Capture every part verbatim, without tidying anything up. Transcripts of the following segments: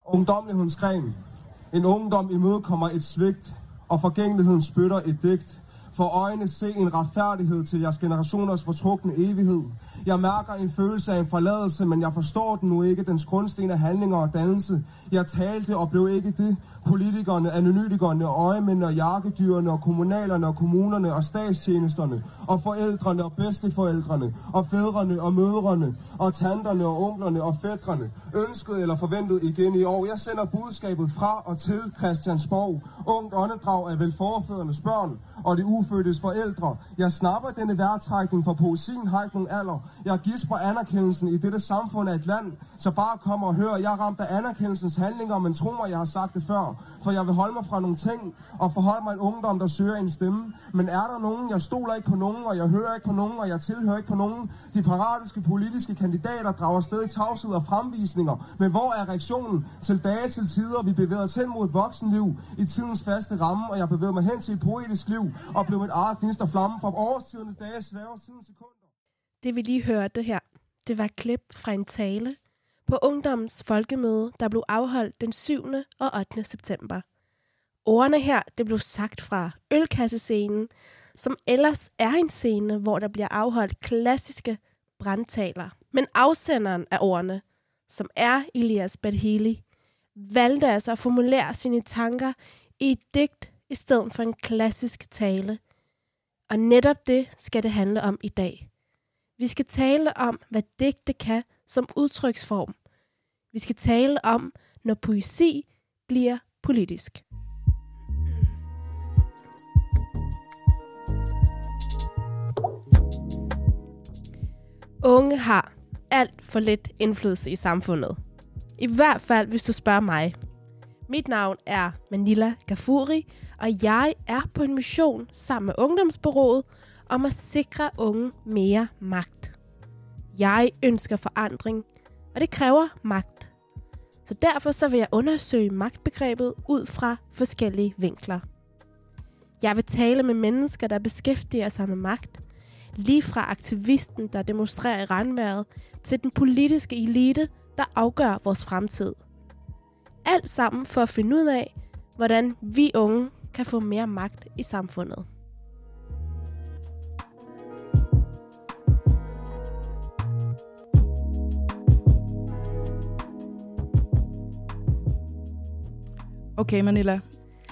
Ungdomlighedens gren. En ungdom imødekommer et svigt, og forgængeligheden spytter et digt. For øjne se en retfærdighed til jeres generationers fortrukne evighed. Jeg mærker en følelse af en forladelse, men jeg forstår den nu ikke, dens grundsten af handlinger og dannelse. Jeg talte og blev ikke det. Politikerne, analytikerne, øjemændene og jakkedyrene og kommunalerne og kommunerne og statstjenesterne og forældrene og bedsteforældrene og fædrene og mødrene og tanterne og onklerne og fætrene ønskede eller forventet igen i år. Jeg sender budskabet fra og til Christiansborg. Ungt åndedrag af velforfædrenes børn og de ufødtes forældre. Jeg snapper denne vejrtrækning, for poesien har ikke nogen alder. Jeg gisper anerkendelsen i dette samfund af et land, så bare kom og hør. Jeg er ramt af anerkendelsens handlinger, men tro mig, jeg har sagt det før. For jeg vil holde mig fra nogle ting og forholde mig en ungdom, der søger en stemme. Men er der nogen? Jeg stoler ikke på nogen, og jeg hører ikke på nogen, og jeg tilhører ikke på nogen. De paratiske politiske kandidater drager sted i tavshed og fremvisninger. Men hvor er reaktionen? Til dage til tider, vi bevæger os hen mod et voksenliv i tidens faste ramme, og jeg bevæger mig hen til et poetisk liv og blev mit eget gnist og flamme fra årstidens dage svæver siden sekunder. Det vi lige hørte her, det var et klip fra en tale på Ungdommens Folkemøde, der blev afholdt den syvende og ottende september. Ordene her, det blev sagt fra ølkassescenen, som ellers er en scene, hvor der bliver afholdt klassiske brandtaler. Men afsenderen af ordene, som er Ilyas Bethili, valgte altså at formulere sine tanker i et digt i stedet for en klassisk tale. Og netop det skal det handle om i dag. Vi skal tale om, hvad digte kan som udtryksform. Vi skal tale om, når poesi bliver politisk. Unge har alt for lidt indflydelse i samfundet. I hvert fald, hvis du spørger mig. Mit navn er Manila Gafuri, og jeg er på en mission sammen med Ungdomsbureauet om at sikre unge mere magt. Jeg ønsker forandring, og det kræver magt. Så derfor så vil jeg undersøge magtbegrebet ud fra forskellige vinkler. Jeg vil tale med mennesker, der beskæftiger sig med magt, lige fra aktivisten, der demonstrerer i regnvejret, til den politiske elite, der afgør vores fremtid. Alt sammen for at finde ud af, hvordan vi unge kan få mere magt i samfundet. Okay, Manila.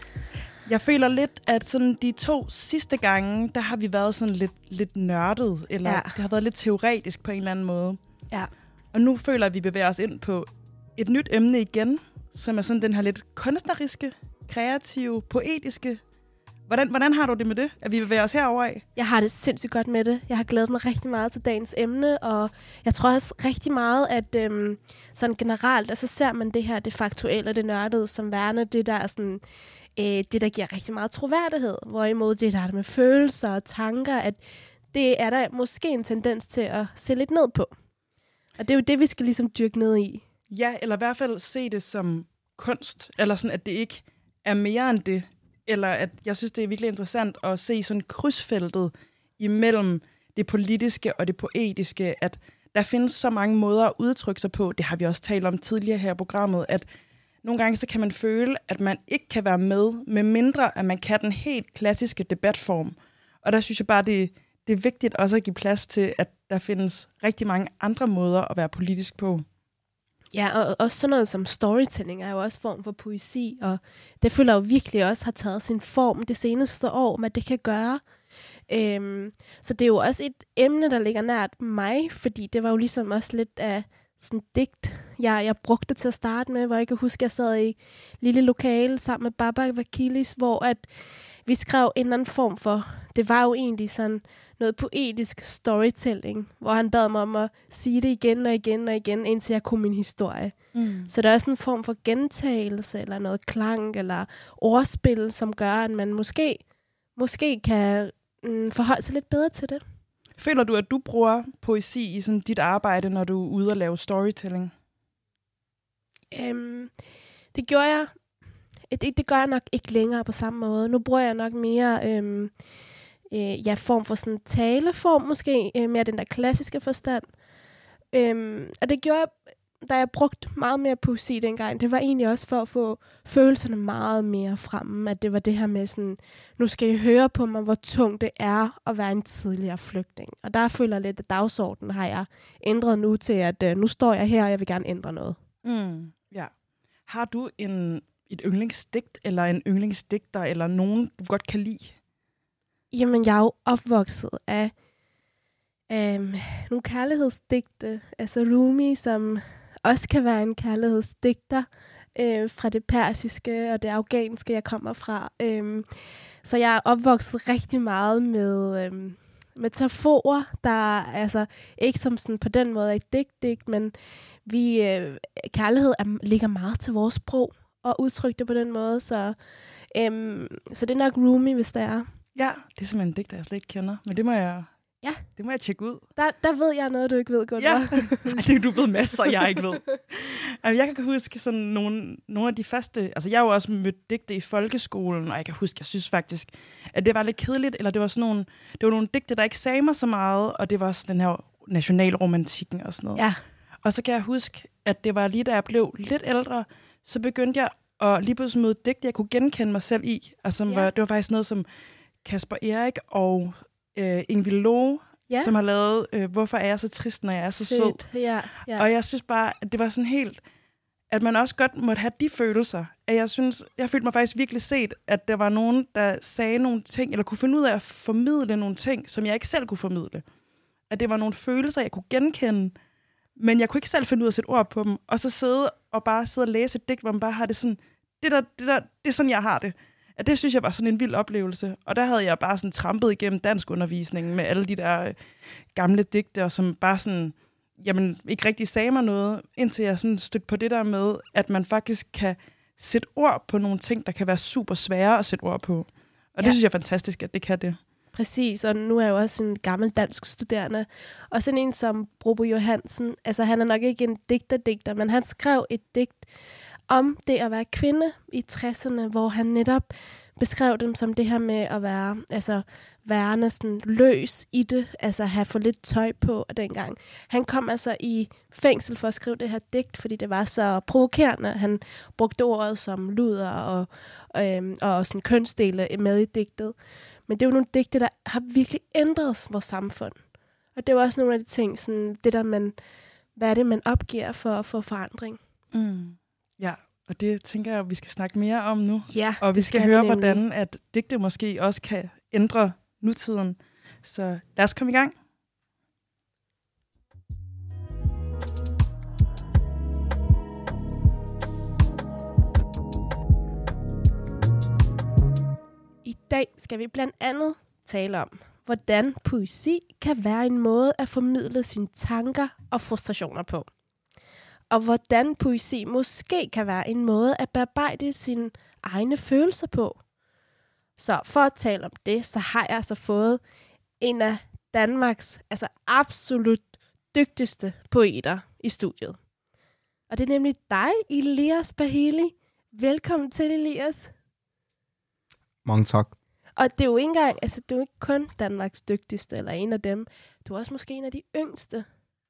Jeg føler lidt, at sådan de to sidste gange, der har vi været sådan lidt, lidt nørdet, eller ja. Det har været lidt teoretisk på en eller anden måde. Ja. Og nu føler jeg, at vi bevæger os ind på et nyt emne igen, som er sådan den her lidt kunstneriske, kreative, poetiske. Hvordan, hvordan har du det med det, at vi bevæger os herover af? Jeg har det sindssygt godt med det. Jeg har glædet mig rigtig meget til dagens emne, og jeg tror også rigtig meget, at øhm, sådan generelt, altså ser man det her, det faktuelle, det nørdede, som værende det der sådan, øh, det der giver rigtig meget troværdighed, hvorimod det der er med følelser og tanker, at det er der måske en tendens til at se lidt ned på. Og det er jo det, vi skal ligesom dyrke ned i. Ja, eller i hvert fald se det som kunst, eller sådan, at det ikke er mere end det. Eller at jeg synes, det er virkelig interessant at se sådan krydsfeltet imellem det politiske og det poetiske, at der findes så mange måder at udtrykke sig på. Det har vi også talt om tidligere her i programmet, at nogle gange så kan man føle, at man ikke kan være med, med mindre at man kan den helt klassiske debatform. Og der synes jeg bare, det, det er vigtigt også at give plads til, at der findes rigtig mange andre måder at være politisk på. Ja, og også sådan noget som storytelling er jo også form for poesi, og det føler jeg jo virkelig også har taget sin form det seneste år, med det kan gøre. Øhm, så det er jo også et emne, der ligger nært mig, fordi det var jo ligesom også lidt af sådan digt, jeg, jeg brugte til at starte med, hvor jeg kan huske, at jeg sad i lille lokale sammen med Baba Vakilis, hvor at vi skrev en eller anden form for, det var jo egentlig sådan noget poetisk storytelling, hvor han bad mig om at sige det igen og igen og igen, indtil jeg kunne min historie. Mm. Så der er også en form for gentagelse, eller noget klang, eller ordspil, som gør, at man måske, måske kan mm, forholde sig lidt bedre til det. Føler du, at du bruger poesi i sådan dit arbejde, når du er ude og lave storytelling? Øhm, det gjorde jeg. Det, det gør jeg nok ikke længere på samme måde. Nu bruger jeg nok mere øhm, øh, ja, form for sådan taleform, måske øh, mere den der klassiske forstand. Øhm, og det gjorde jeg da jeg brugte meget mere poesi dengang, det var egentlig også for at få følelserne meget mere fremme. At det var det her med sådan, nu skal I høre på mig, hvor tungt det er at være en tidligere flygtning. Og der føler jeg lidt, at dagsordenen har jeg ændret nu til, at øh, nu står jeg her, og jeg vil gerne ændre noget. Mm, ja. Har du en, et yndlingsdigt, eller en yndlingsdigter, eller nogen, du godt kan lide? Jamen, jeg er jo opvokset af øhm, nogle kærlighedsdigte. Altså Rumi, som også kan være en kærlighedsdigter øh, fra det persiske og det afghanske, jeg kommer fra. Øhm, så jeg er opvokset rigtig meget med øhm, metaforer, der altså ikke som sådan på den måde er et digt-digt, men vi, øh, kærlighed er, ligger meget til vores sprog og udtrykke det på den måde. Så, øhm, så det er nok Rumi, hvis det er. Ja, det er simpelthen en digter, jeg slet ikke kender, men det må jeg, ja. det må jeg tjekke ud. Der, der ved jeg noget, du ikke ved, Gunnar. Ja, det du ved masser, jeg ikke ved. Jeg kan huske sådan nogle, nogle af de første, altså jeg har jo også mødt digte i folkeskolen, og jeg kan huske, jeg synes faktisk, at det var lidt kedeligt, eller det var sådan nogle, det var nogle digte, der ikke sagde mig så meget, og det var sådan den her nationalromantikken og sådan noget. Ja. Og så kan jeg huske, at det var lige da jeg blev lidt ældre, så begyndte jeg at lige pludselig møde digte, jeg kunne genkende mig selv i. Altså ja. var, det var faktisk noget som Kasper Erik og øh, Ingvild Loe, ja. som har lavet øh, Hvorfor er jeg så trist, når jeg er så sød? Ja, ja. Og jeg synes bare, at det var sådan helt, at man også godt måtte have de følelser. At jeg synes, jeg følte mig faktisk virkelig set, at der var nogen, der sagde nogle ting, eller kunne finde ud af at formidle nogle ting, som jeg ikke selv kunne formidle. At det var nogle følelser, jeg kunne genkende, men jeg kunne ikke selv finde ud af at sætte ord på dem. Og så sidde og bare sidde og læse et digt, hvor man bare har det sådan, det der, det der, det er sådan, jeg har det. At det synes jeg var sådan en vild oplevelse. Og der havde jeg bare sådan trampet igennem danskundervisningen med alle de der øh, gamle digter, som bare sådan, jamen ikke rigtig sagde mig noget, indtil jeg sådan stødte på det der med, at man faktisk kan sætte ord på nogle ting, der kan være super svære at sætte ord på. Og ja. det synes jeg er fantastisk, at det kan det. Præcis, og nu er jeg jo også en gammel dansk studerende. Og sådan en som Brobo Johansen, altså han er nok ikke en digter-digter, men han skrev et digt om det at være kvinde i tresserne, hvor han netop beskrev dem som det her med at være, altså være næsten løs i det, altså have for lidt tøj på dengang. Han kom altså i fængsel for at skrive det her digt, fordi det var så provokerende. Han brugte ordet som luder og, øhm, og sådan kønsdele med i digtet. Men det er jo nogle digte, der har virkelig ændret vores samfund. Og det er jo også nogle af de ting, sådan det der man, hvad er det, man opgiver for at få forandring. Mm. Ja, og det tænker jeg, vi skal snakke mere om nu. Ja, og vi skal, skal høre, vi hvordan at digte måske også kan ændre nutiden. Så lad os komme i gang. I dag skal vi blandt andet tale om, hvordan poesi kan være en måde at formidle sine tanker og frustrationer på. Og hvordan poesi måske kan være en måde at bearbejde sine egne følelser på. Så for at tale om det, så har jeg altså fået en af Danmarks altså absolut dygtigste poeter i studiet. Og det er nemlig dig, Elias Bahili. Velkommen til, Elias. Mange tak. Og det er jo ikke engang, altså du er ikke kun Danmarks dygtigste eller en af dem. Du er også måske en af de yngste.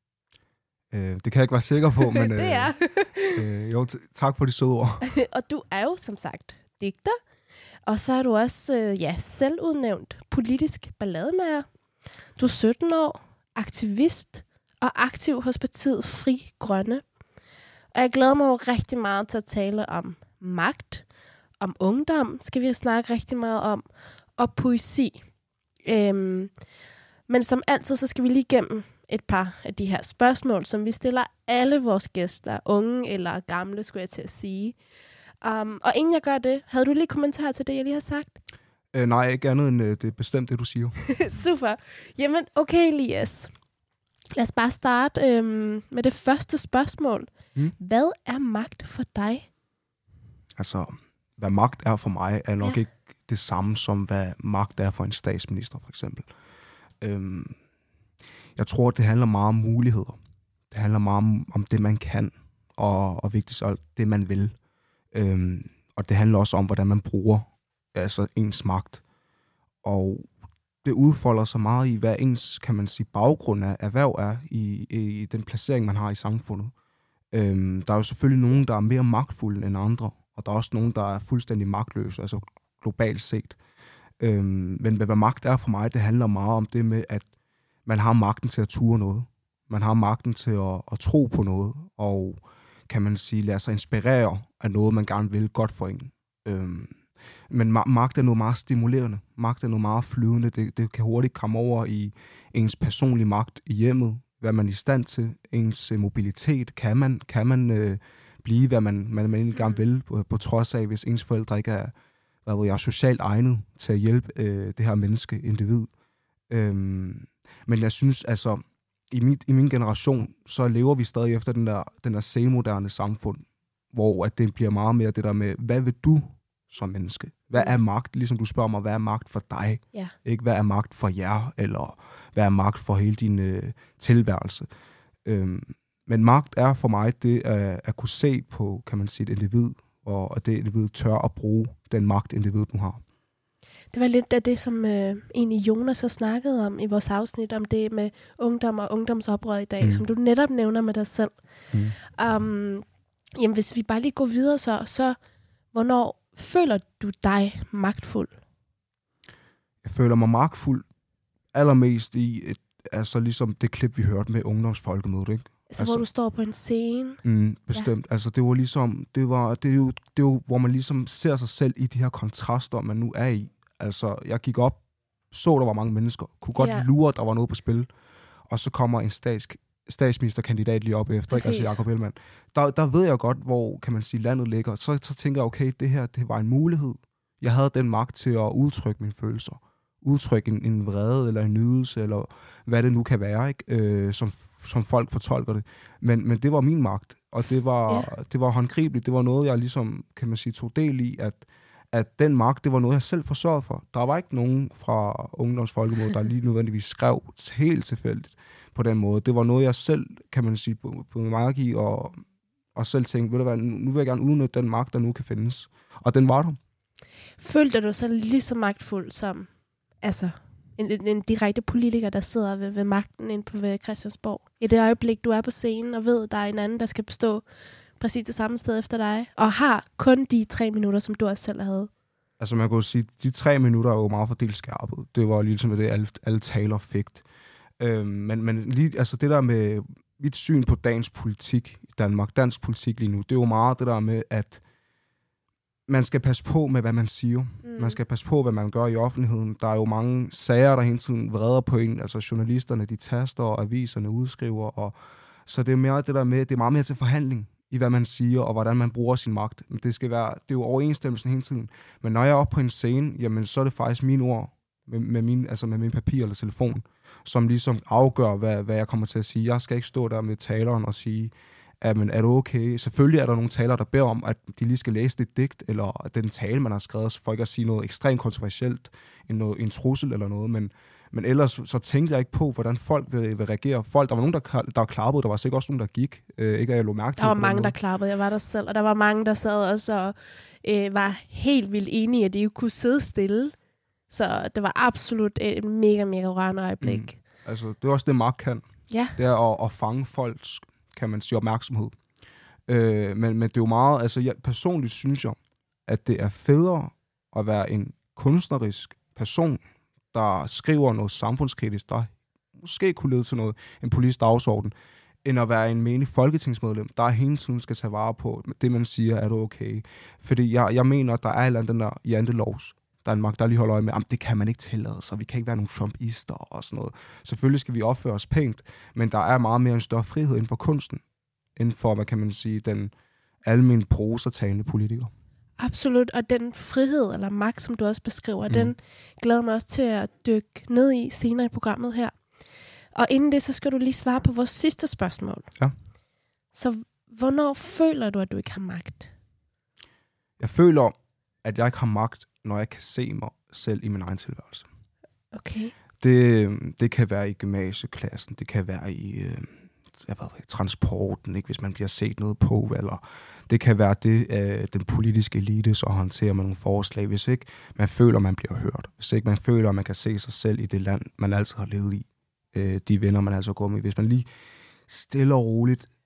Øh, det kan jeg ikke være sikker på, men det er. øh, øh, jo, t- tak for de søde ord. Og du er jo som sagt digter, og så er du også øh, ja, selvudnævnt politisk ballademager. Du er sytten år, aktivist og aktiv hos partiet Fri Grønne. Og jeg glæder mig jo rigtig meget til at tale om magt, om ungdom skal vi snakke rigtig meget om, og poesi. Øhm, men som altid, så skal vi lige igennem et par af de her spørgsmål, som vi stiller alle vores gæster, unge eller gamle, skulle jeg til at sige. Um, og inden jeg gør det, havde du lige kommentarer til det, jeg lige har sagt? Øh, nej, ikke andet end øh, det er bestemt det, du siger. Super. Jamen, okay, Elias. Lad os bare starte øhm, med det første spørgsmål. Hmm? Hvad er magt for dig? Altså, hvad magt er for mig, er nok ja. ikke det samme som, hvad magt er for en statsminister, for eksempel. Øhm, jeg tror, det handler meget om muligheder. Det handler meget om, om det, man kan, og, og vigtigst alt, det, man vil. Øhm, og det handler også om, hvordan man bruger altså ens magt. Og det udfolder sig meget i, hvad ens, kan man sige, baggrund af erhverv er, i, i den placering, man har i samfundet. Øhm, der er jo selvfølgelig nogen, der er mere magtfulde end andre, og der er også nogen, der er fuldstændig magtløse, altså globalt set. Øhm, men hvad magt er for mig, det handler meget om det med, at man har magten til at ture noget. Man har magten til at, at tro på noget, og kan man sige, lade sig inspirere af noget, man gerne vil godt for en. Øhm, men ma- magt er noget meget stimulerende. Magt er noget meget flydende. Det, det kan hurtigt komme over i ens personlige magt i hjemmet. Hvad man er i stand til. Ens mobilitet. Kan man, kan man øh, blive, hvad man, man, man egentlig gerne vil, på, på trods af, hvis ens forældre ikke er, hvad ved jeg, socialt egnet til at hjælpe øh, det her menneske, individ. Øhm, men jeg synes, altså, i, mit, i min generation, så lever vi stadig efter den der, den der senmoderne samfund, hvor at det bliver meget mere det der med, hvad vil du som menneske? Hvad er magt? Ligesom du spørger mig, hvad er magt for dig? Ja. Ikke hvad er magt for jer, eller hvad er magt for hele din øh, tilværelse? Øhm, men magt er for mig det at, at kunne se på, kan man sige, et individ, og at det individ tør at bruge den magt, individet nu har. Det var lidt af det, som øh, egentlig Jonas har snakket om i vores afsnit, om det med ungdom og ungdomsoprør i dag, mm. som du netop nævner med dig selv. Mm. Um, jamen, hvis vi bare lige går videre så, så hvornår føler du dig magtfuld? Jeg føler mig magtfuld allermest i, et, altså ligesom det klip, vi hørte med ungdomsfolkemødet, ikke? Altså, altså hvor du står på en scene? Mm, bestemt. Ja. Altså, det var ligesom, det var, det er jo, det er jo, hvor man ligesom ser sig selv i de her kontraster, man nu er i. Altså, jeg gik op, så der var mange mennesker, kunne godt ja. lure, at der var noget på spil, og så kommer en stats, statsministerkandidat lige op efter, ikke? Altså Jakob Ellemann. Der, der ved jeg godt, hvor, kan man sige, landet ligger. Så, så tænker jeg, okay, det her, det var en mulighed. Jeg havde den magt til at udtrykke mine følelser. Udtrykke en, en vrede, eller en nydelse, eller hvad det nu kan være, ikke? Øh, som, som folk fortolker det. Men, men det var min magt, og det var, ja. det var håndgribeligt. Det var noget, jeg ligesom, kan man sige, tog del i, at at den magt, det var noget, jeg selv forsørgede for. Der var ikke nogen fra ungdomsfolkemødet, der lige nødvendigvis skrev helt tilfældigt på den måde. Det var noget, jeg selv, kan man sige, på, på magi, og, og selv tænkte, ved du hvad, nu vil jeg gerne udnytte den magt, der nu kan findes. Og den var der. Følte du så lige så magtfuld som altså, en, en, en direkte politiker, der sidder ved, ved magten inde på ved Christiansborg? I det øjeblik, du er på scenen og ved, at der er en anden, der skal bestå præcis det samme sted efter dig, og har kun de tre minutter, som du også selv havde. Altså man kan sige, de tre minutter er jo meget fordelt skærpet. Det var ligesom det, alle, alle taler fik. Øhm, men men lige, altså det der med mit syn på dagens politik i Danmark, dansk politik lige nu, det er jo meget det der med, at man skal passe på med, hvad man siger. Mm. Man skal passe på, hvad man gør i offentligheden. Der er jo mange sager, der hele tiden vreder på en. Altså journalisterne, de taster, og aviserne udskriver. Og så det er mere det der med, det er meget mere til forhandling i hvad man siger, og hvordan man bruger sin magt. Men det skal være, det er jo overensstemmelsen hele tiden. Men når jeg er oppe på en scene, jamen så er det faktisk mine ord, med, med, min, altså med min papir eller telefon, som ligesom afgør, hvad, hvad jeg kommer til at sige. Jeg skal ikke stå der med taleren og sige, at men er du okay? Selvfølgelig er der nogle talere, der beder om, at de lige skal læse det digt, eller den tale, man har skrevet, for ikke at sige noget ekstremt kontroversielt, en, noget, en trussel eller noget, men Men ellers så tænkte jeg ikke på, hvordan folk vil, vil reagere. Folk, der var nogen, der, der klappede, der var sikkert også nogen, der gik. Øh, ikke at jeg lå mærke til. Der var mange, der klappede. Jeg var der selv, og der var mange, der sad også og øh, var helt vildt enige, at de ikke kunne sidde stille. Så det var absolut et mega, mega rørende øjeblik. Mm. Altså, det er også det, magt kan. Ja. Det er at, at fange folks, kan man sige, opmærksomhed. Øh, men, men det er jo meget, altså jeg personligt synes jeg, at det er federe at være en kunstnerisk person, der skriver noget samfundskritisk, der måske kunne lede til noget, en politisk dagsorden, end at være en menig folketingsmedlem, der hele tiden skal tage vare på det, man siger, er du okay? Fordi jeg, jeg mener, at der er et eller andet den der jantelovs Danmark, der lige holder øje med, at det kan man ikke tillade, så vi kan ikke være nogle trumpister og sådan noget. Selvfølgelig skal vi opføre os pænt, men der er meget mere en større frihed inden for kunsten, inden for, hvad kan man sige, den almindelige prosatalende politiker. Absolut, og den frihed eller magt, som du også beskriver, mm. den glæder mig også til at dykke ned i senere i programmet her. Og inden det, så skal du lige svare på vores sidste spørgsmål. Ja. Så hvornår føler du, at du ikke har magt? Jeg føler, at jeg ikke har magt, når jeg kan se mig selv i min egen tilværelse. Okay. Det, det kan være i gymnasieklassen, det kan være i øh, jeg ved, transporten, ikke, hvis man bliver set noget på, eller det kan være det, øh, den politiske elite så håndterer med nogle forslag, hvis ikke man føler, man bliver hørt. Hvis ikke man føler, at man kan se sig selv i det land, man altid har levet i. Øh, de venner, man altså går med. Hvis man lige stille og roligt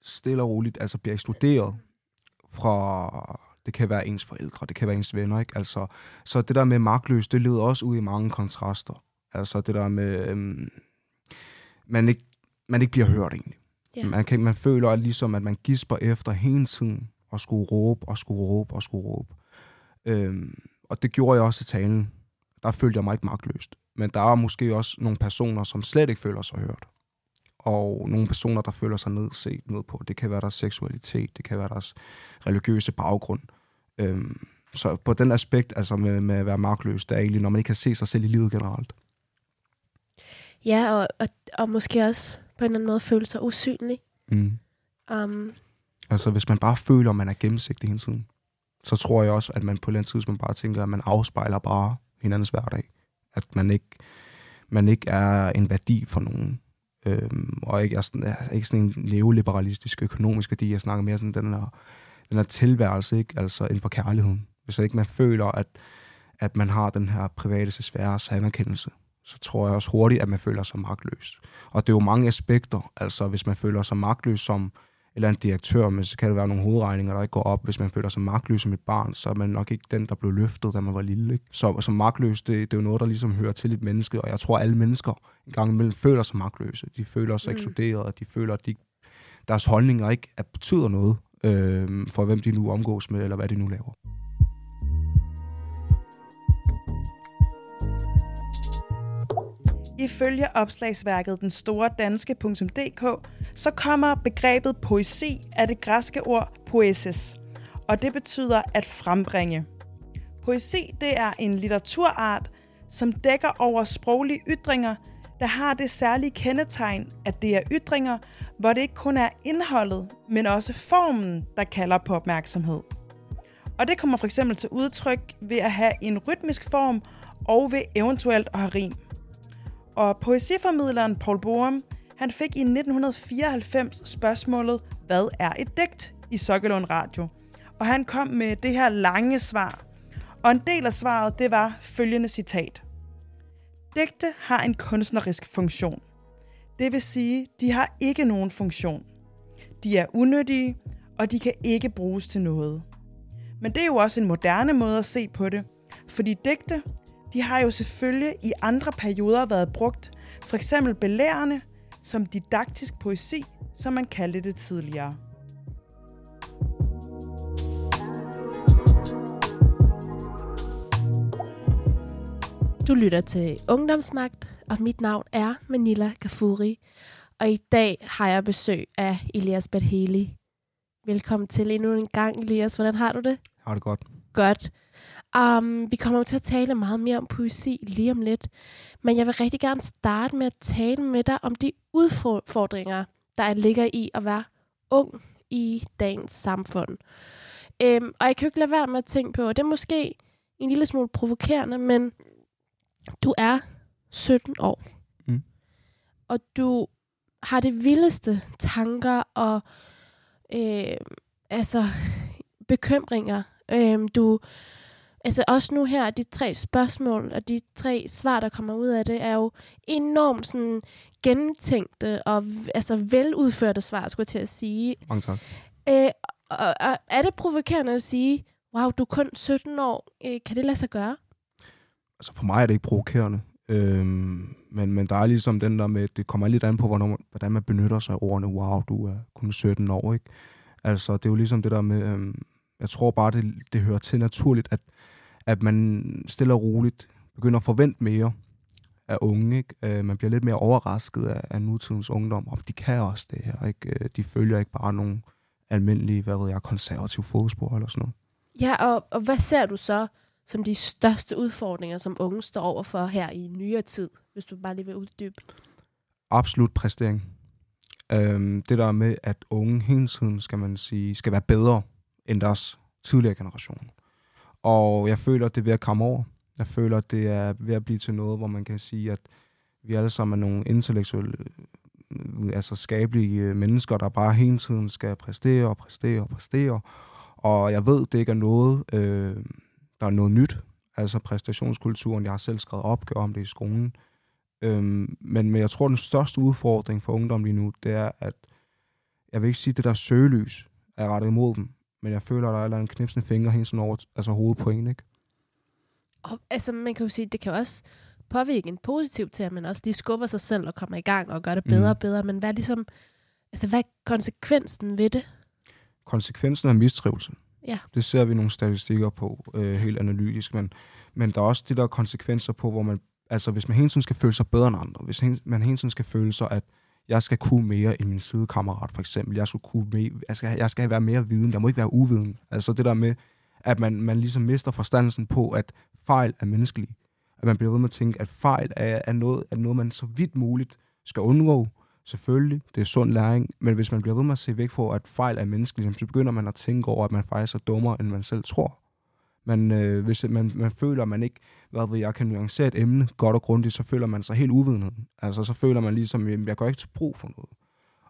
stille og roligt altså bliver ekskluderet fra, det kan være ens forældre, det kan være ens venner, ikke? Altså, så det der med magtløs, det leder også ud i mange kontraster. Altså det der med, øhm, man, ikke, man ikke bliver hørt egentlig. Yeah. Man, kan, man føler ligesom, at man gisper efter hele tiden, og skulle råbe, og skulle råbe, og skulle råbe. Øhm, og det gjorde jeg også i talen. Der følte jeg mig ikke magtløst. Men der er måske også nogle personer, som slet ikke føler sig hørt. Og nogle personer, der føler sig ned, set ned på. Det kan være deres seksualitet, det kan være deres religiøse baggrund. Øhm, så på den aspekt, altså med, med at være magtløs, det er egentlig, når man ikke kan se sig selv i livet generelt. Ja, og, og, og måske også på en eller anden måde føle sig usynlig. Mm. Um. Altså hvis man bare føler, at man er gennemsigtig hele tiden, så tror jeg også, at man på et eller andet tidspunkt bare tænker, at man afspejler bare hinandens hverdag. At man ikke, man ikke er en værdi for nogen. Øhm, og ikke er, sådan, er ikke sådan en neoliberalistisk økonomisk værdi. Jeg snakker mere sådan den her, den her tilværelse, ikke? Altså inden for kærligheden. Hvis ikke man føler, at, at man har den her private sfæres anerkendelse, så tror jeg også hurtigt, at man føler sig magtløs. Og det er jo mange aspekter. Altså hvis man føler sig magtløs som eller en direktør, men så kan det være nogle hovedregninger, der ikke går op. Hvis man føler sig magtløs som et barn, så er man nok ikke den, der blev løftet, da man var lille. Ikke? Så som magtløs, det, det er jo noget, der ligesom hører til et menneske, og jeg tror, at alle mennesker en gang imellem føler sig magtløse. De føler sig mm. ekskluderet, og de føler, at de, deres holdninger ikke at betyder noget øh, for, hvem de nu omgås med, eller hvad de nu laver. Ifølge opslagsværket den store danske punktum d k, så kommer begrebet poesi af det græske ord poesis, og det betyder at frembringe. Poesi, det er en litteraturart, som dækker over sproglige ytringer, der har det særlige kendetegn, at det er ytringer, hvor det ikke kun er indholdet, men også formen, der kalder på opmærksomhed. Og det kommer for eksempel til udtryk ved at have en rytmisk form og ved eventuelt at have rim. Og poesiformidleren Paul Borum, han fik i nitten fireoghalvfems spørgsmålet, hvad er et digt i Sokkelund Radio? Og han kom med det her lange svar. Og en del af svaret, det var følgende citat. Digte har en kunstnerisk funktion. Det vil sige, de har ikke nogen funktion. De er unyttige, og de kan ikke bruges til noget. Men det er jo også en moderne måde at se på det, fordi digte, de har jo selvfølgelig i andre perioder været brugt, for eksempel belærende, som didaktisk poesi, som man kaldte det tidligere. Du lytter til Ungdomsmagt, og mit navn er Manila Gafuri. Og i dag har jeg besøg af Elias Berheli. Velkommen til endnu en gang, Elias. Hvordan har du det? Har det godt. Godt. Um, vi kommer til at tale meget mere om poesi lige om lidt. Men jeg vil rigtig gerne starte med at tale med dig om de udfordringer, der ligger i at være ung i dagens samfund. Um, og jeg kan jo ikke lade være med at tænke på, og det er måske en lille smule provokerende, men du er sytten år. Mm. Og du har det vildeste tanker og øh, altså bekymringer. Øh, du Altså også nu her, de tre spørgsmål og de tre svar, der kommer ud af det, er jo enormt sådan gennemtænkte og altså veludførte svar, skulle jeg til at sige. Mange tak. Øh, og, og er det provokerende at sige, wow, du er kun sytten år, øh, kan det lade sig gøre? Altså for mig er det ikke provokerende, øhm, men, men der er ligesom den der med, det kommer lidt an på, hvornår, hvordan man benytter sig af ordene, wow, du er kun sytten år, ikke? Altså det er jo ligesom det der med, øhm, jeg tror bare, det, det hører til naturligt, at at man stille og roligt begynder at forvente mere af unge. Ikke? Uh, man bliver lidt mere overrasket af, af nutidens ungdom. Og de kan også det her. Ikke? Uh, de følger ikke bare nogle almindelige, hvad ved jeg, konservative fodspor eller sådan noget. Ja, og, og hvad ser du så som de største udfordringer, som unge står overfor her i nyere tid, hvis du bare lige vil uddybe? Absolut præstering. Uh, det der med, at unge hele tiden, skal man sige, skal være bedre end deres tidligere generation. Og jeg føler, at det er ved at komme over. Jeg føler, at det er ved at blive til noget, hvor man kan sige, at vi alle sammen er nogle intellektuelle, altså skabelige mennesker, der bare hele tiden skal præstere og præstere og præstere. Og jeg ved, det ikke er noget, øh, der er noget nyt. Altså præstationskulturen, jeg har selv skrevet opgør om det i skolen. Øhm, men, men jeg tror, den største udfordring for ungdom lige nu, det er, at jeg vil ikke sige, at det der søgelys er rettet imod dem, men jeg føler, at der er en knipsende finger hen sådan over altså hovedet på en, ikke? Og, altså, man kan jo sige, det kan jo også påvirke en positiv til, at man også lige skubber sig selv og kommer i gang og gør det bedre mm. og bedre. Men hvad er ligesom, altså, hvad er konsekvensen ved det? Konsekvensen er mistrivsel. Ja. Det ser vi nogle statistikker på, øh, helt analytisk, men, men der er også de der konsekvenser på, hvor man, altså hvis man hele tiden skal føle sig bedre end andre, hvis man hele tiden skal føle sig, at jeg skal kunne mere end min sidekammerat, for eksempel, jeg skal kunne mere, jeg skal, jeg skal være mere viden, jeg må ikke være uviden. Altså det der med, at man, man ligesom mister forstandelsen på, at fejl er menneskelige. At man bliver ved med at tænke, at fejl er, er, noget, er noget, man så vidt muligt skal undgå. Selvfølgelig, det er sund læring, men hvis man bliver ved med at se væk fra, at fejl er menneskelige, så begynder man at tænke over, at man faktisk er dummere, end man selv tror. Men øh, hvis man, man føler, at man ikke, hvad ved jeg, kan nuancere et emne godt og grundigt, så føler man sig helt uvidende. Altså, så føler man ligesom, at jeg går ikke til brug for noget.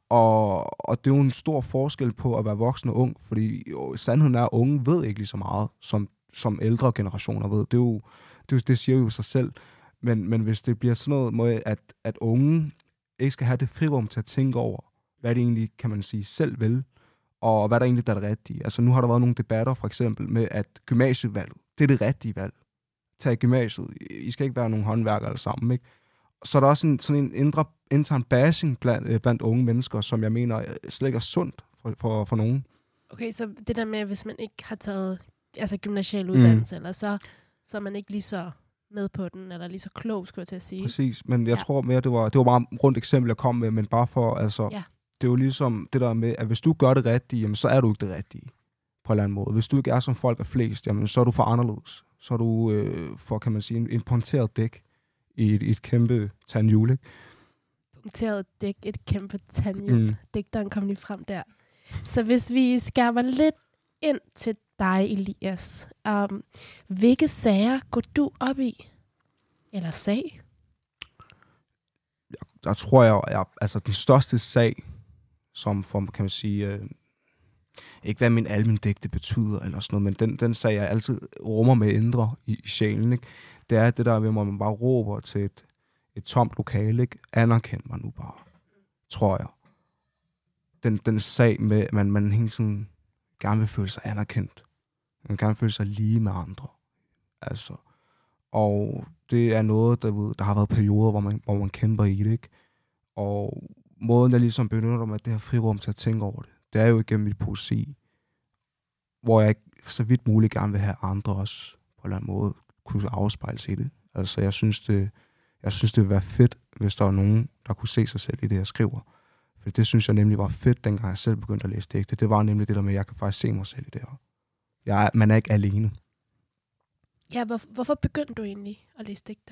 Og, og det er jo en stor forskel på at være voksen og ung, fordi jo, sandheden er, at unge ved ikke lige så meget, som, som ældre generationer ved. Det, er jo, det, det siger jo sig selv. Men, men hvis det bliver sådan noget med, at, at unge ikke skal have det frirum til at tænke over, hvad det egentlig, kan man sige, selv vil, og hvad der egentlig er det rigtige. Altså nu har der været nogle debatter, for eksempel med, at gymnasievalget, det er det rigtige valg. Tag gymnasiet. I skal ikke være nogen håndværkere alle sammen, ikke? Så er der også en, sådan en indre, intern bashing blandt, blandt unge mennesker, som jeg mener slet ikke er sundt for, for, for nogen. Okay, så det der med, hvis man ikke har taget altså gymnasial uddannelse, mm. eller så, så er man ikke lige så med på den, eller lige så klog, skulle jeg til at sige. Præcis, men jeg ja. tror mere, det var, det var bare et rundt eksempel, jeg kom med, men bare for, altså, ja. Det er jo ligesom det der med, at hvis du gør det rigtige, jamen, så er du ikke det rigtige, på en eller anden måde. Hvis du ikke er som folk er flest, jamen, så er du for anderledes. Så er du øh, for, kan man sige, en, en punkteret dæk i et, et kæmpe tandhjul, ikke? Punkteret dæk, et kæmpe tandhjul. Mm. Digteren kom lige frem der. Så hvis vi skærper lidt ind til dig, Elias, um, hvilke sager går du op i? Eller sag? Jeg, der tror jeg, jeg, altså den største sag, som for, kan man sige, øh, ikke hvad min almen digte betyder, eller sådan noget, men den, den sag, jeg altid rummer med indre i, i sjælen, ikke? Det er det der, hvor man bare råber til et, et tomt lokale, ikke? Anerkend mig nu bare, tror jeg. Den, den sag med, at man, man hele tiden gerne vil føle sig anerkendt. Man vil gerne føle sig lige med andre. Altså, og det er noget, der, der har været perioder, hvor man, hvor man kæmper i det, ikke? Og måden, jeg ligesom benytter mig af det her frirum til at tænke over det, det er jo igennem mit poesi, hvor jeg så vidt muligt gerne vil have andre også på en eller anden måde kunne afspejle sig i det. Altså, jeg synes, det, jeg synes, det ville være fedt, hvis der var nogen, der kunne se sig selv i det, jeg skriver. For det synes jeg nemlig var fedt, dengang jeg selv begyndte at læse digte. Det var nemlig det der med, at jeg kan faktisk se mig selv i det her. Jeg er, man er ikke alene. Ja, hvor, hvorfor begyndte du egentlig at læse digte?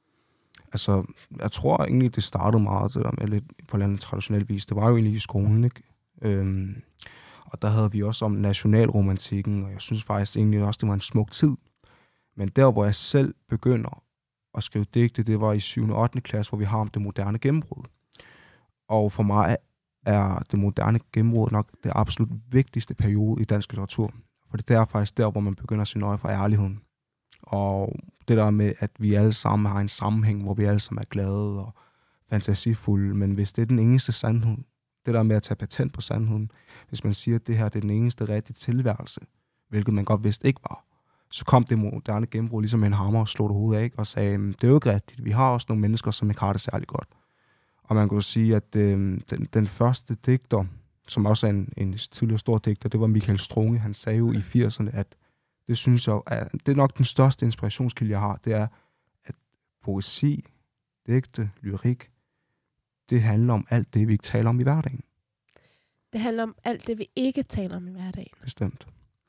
Altså, jeg tror egentlig, det startede meget det der med lidt på landet traditionelt vis. Det var jo egentlig i skolen, ikke? Øhm, og der havde vi også om nationalromantikken, og jeg synes faktisk egentlig også, det var en smuk tid. Men der, hvor jeg selv begynder at skrive digte, det var i syvende og ottende klasse, hvor vi har om det moderne gennembrud. Og for mig er det moderne gennembrud nok det absolut vigtigste periode i dansk litteratur. For det er faktisk der, hvor man begynder at se nøje fra ærligheden. Og det der med, at vi alle sammen har en sammenhæng, hvor vi alle sammen er glade og fantasifulde. Men hvis det er den eneste sandhed, det der med at tage patent på sandheden, hvis man siger, at det her det er den eneste rigtige tilværelse, hvilket man godt vidste ikke var, så kom det moderne gennembrud ligesom en hammer og slog det hovedet af, og sagde, det er jo ikke rigtigt. Vi har også nogle mennesker, som ikke har det særlig godt. Og man kunne sige, at øh, den, den første digter, som også er en, en tidligere stor digter, det var Michael Strunge. Han sagde jo i firserne, at det synes jeg, at det er nok den største inspirationskilde, jeg har, det er, at poesi, digte, lyrik, det handler om alt det, vi ikke taler om i hverdagen. Det handler om alt det, vi ikke taler om i hverdagen. Bestemt.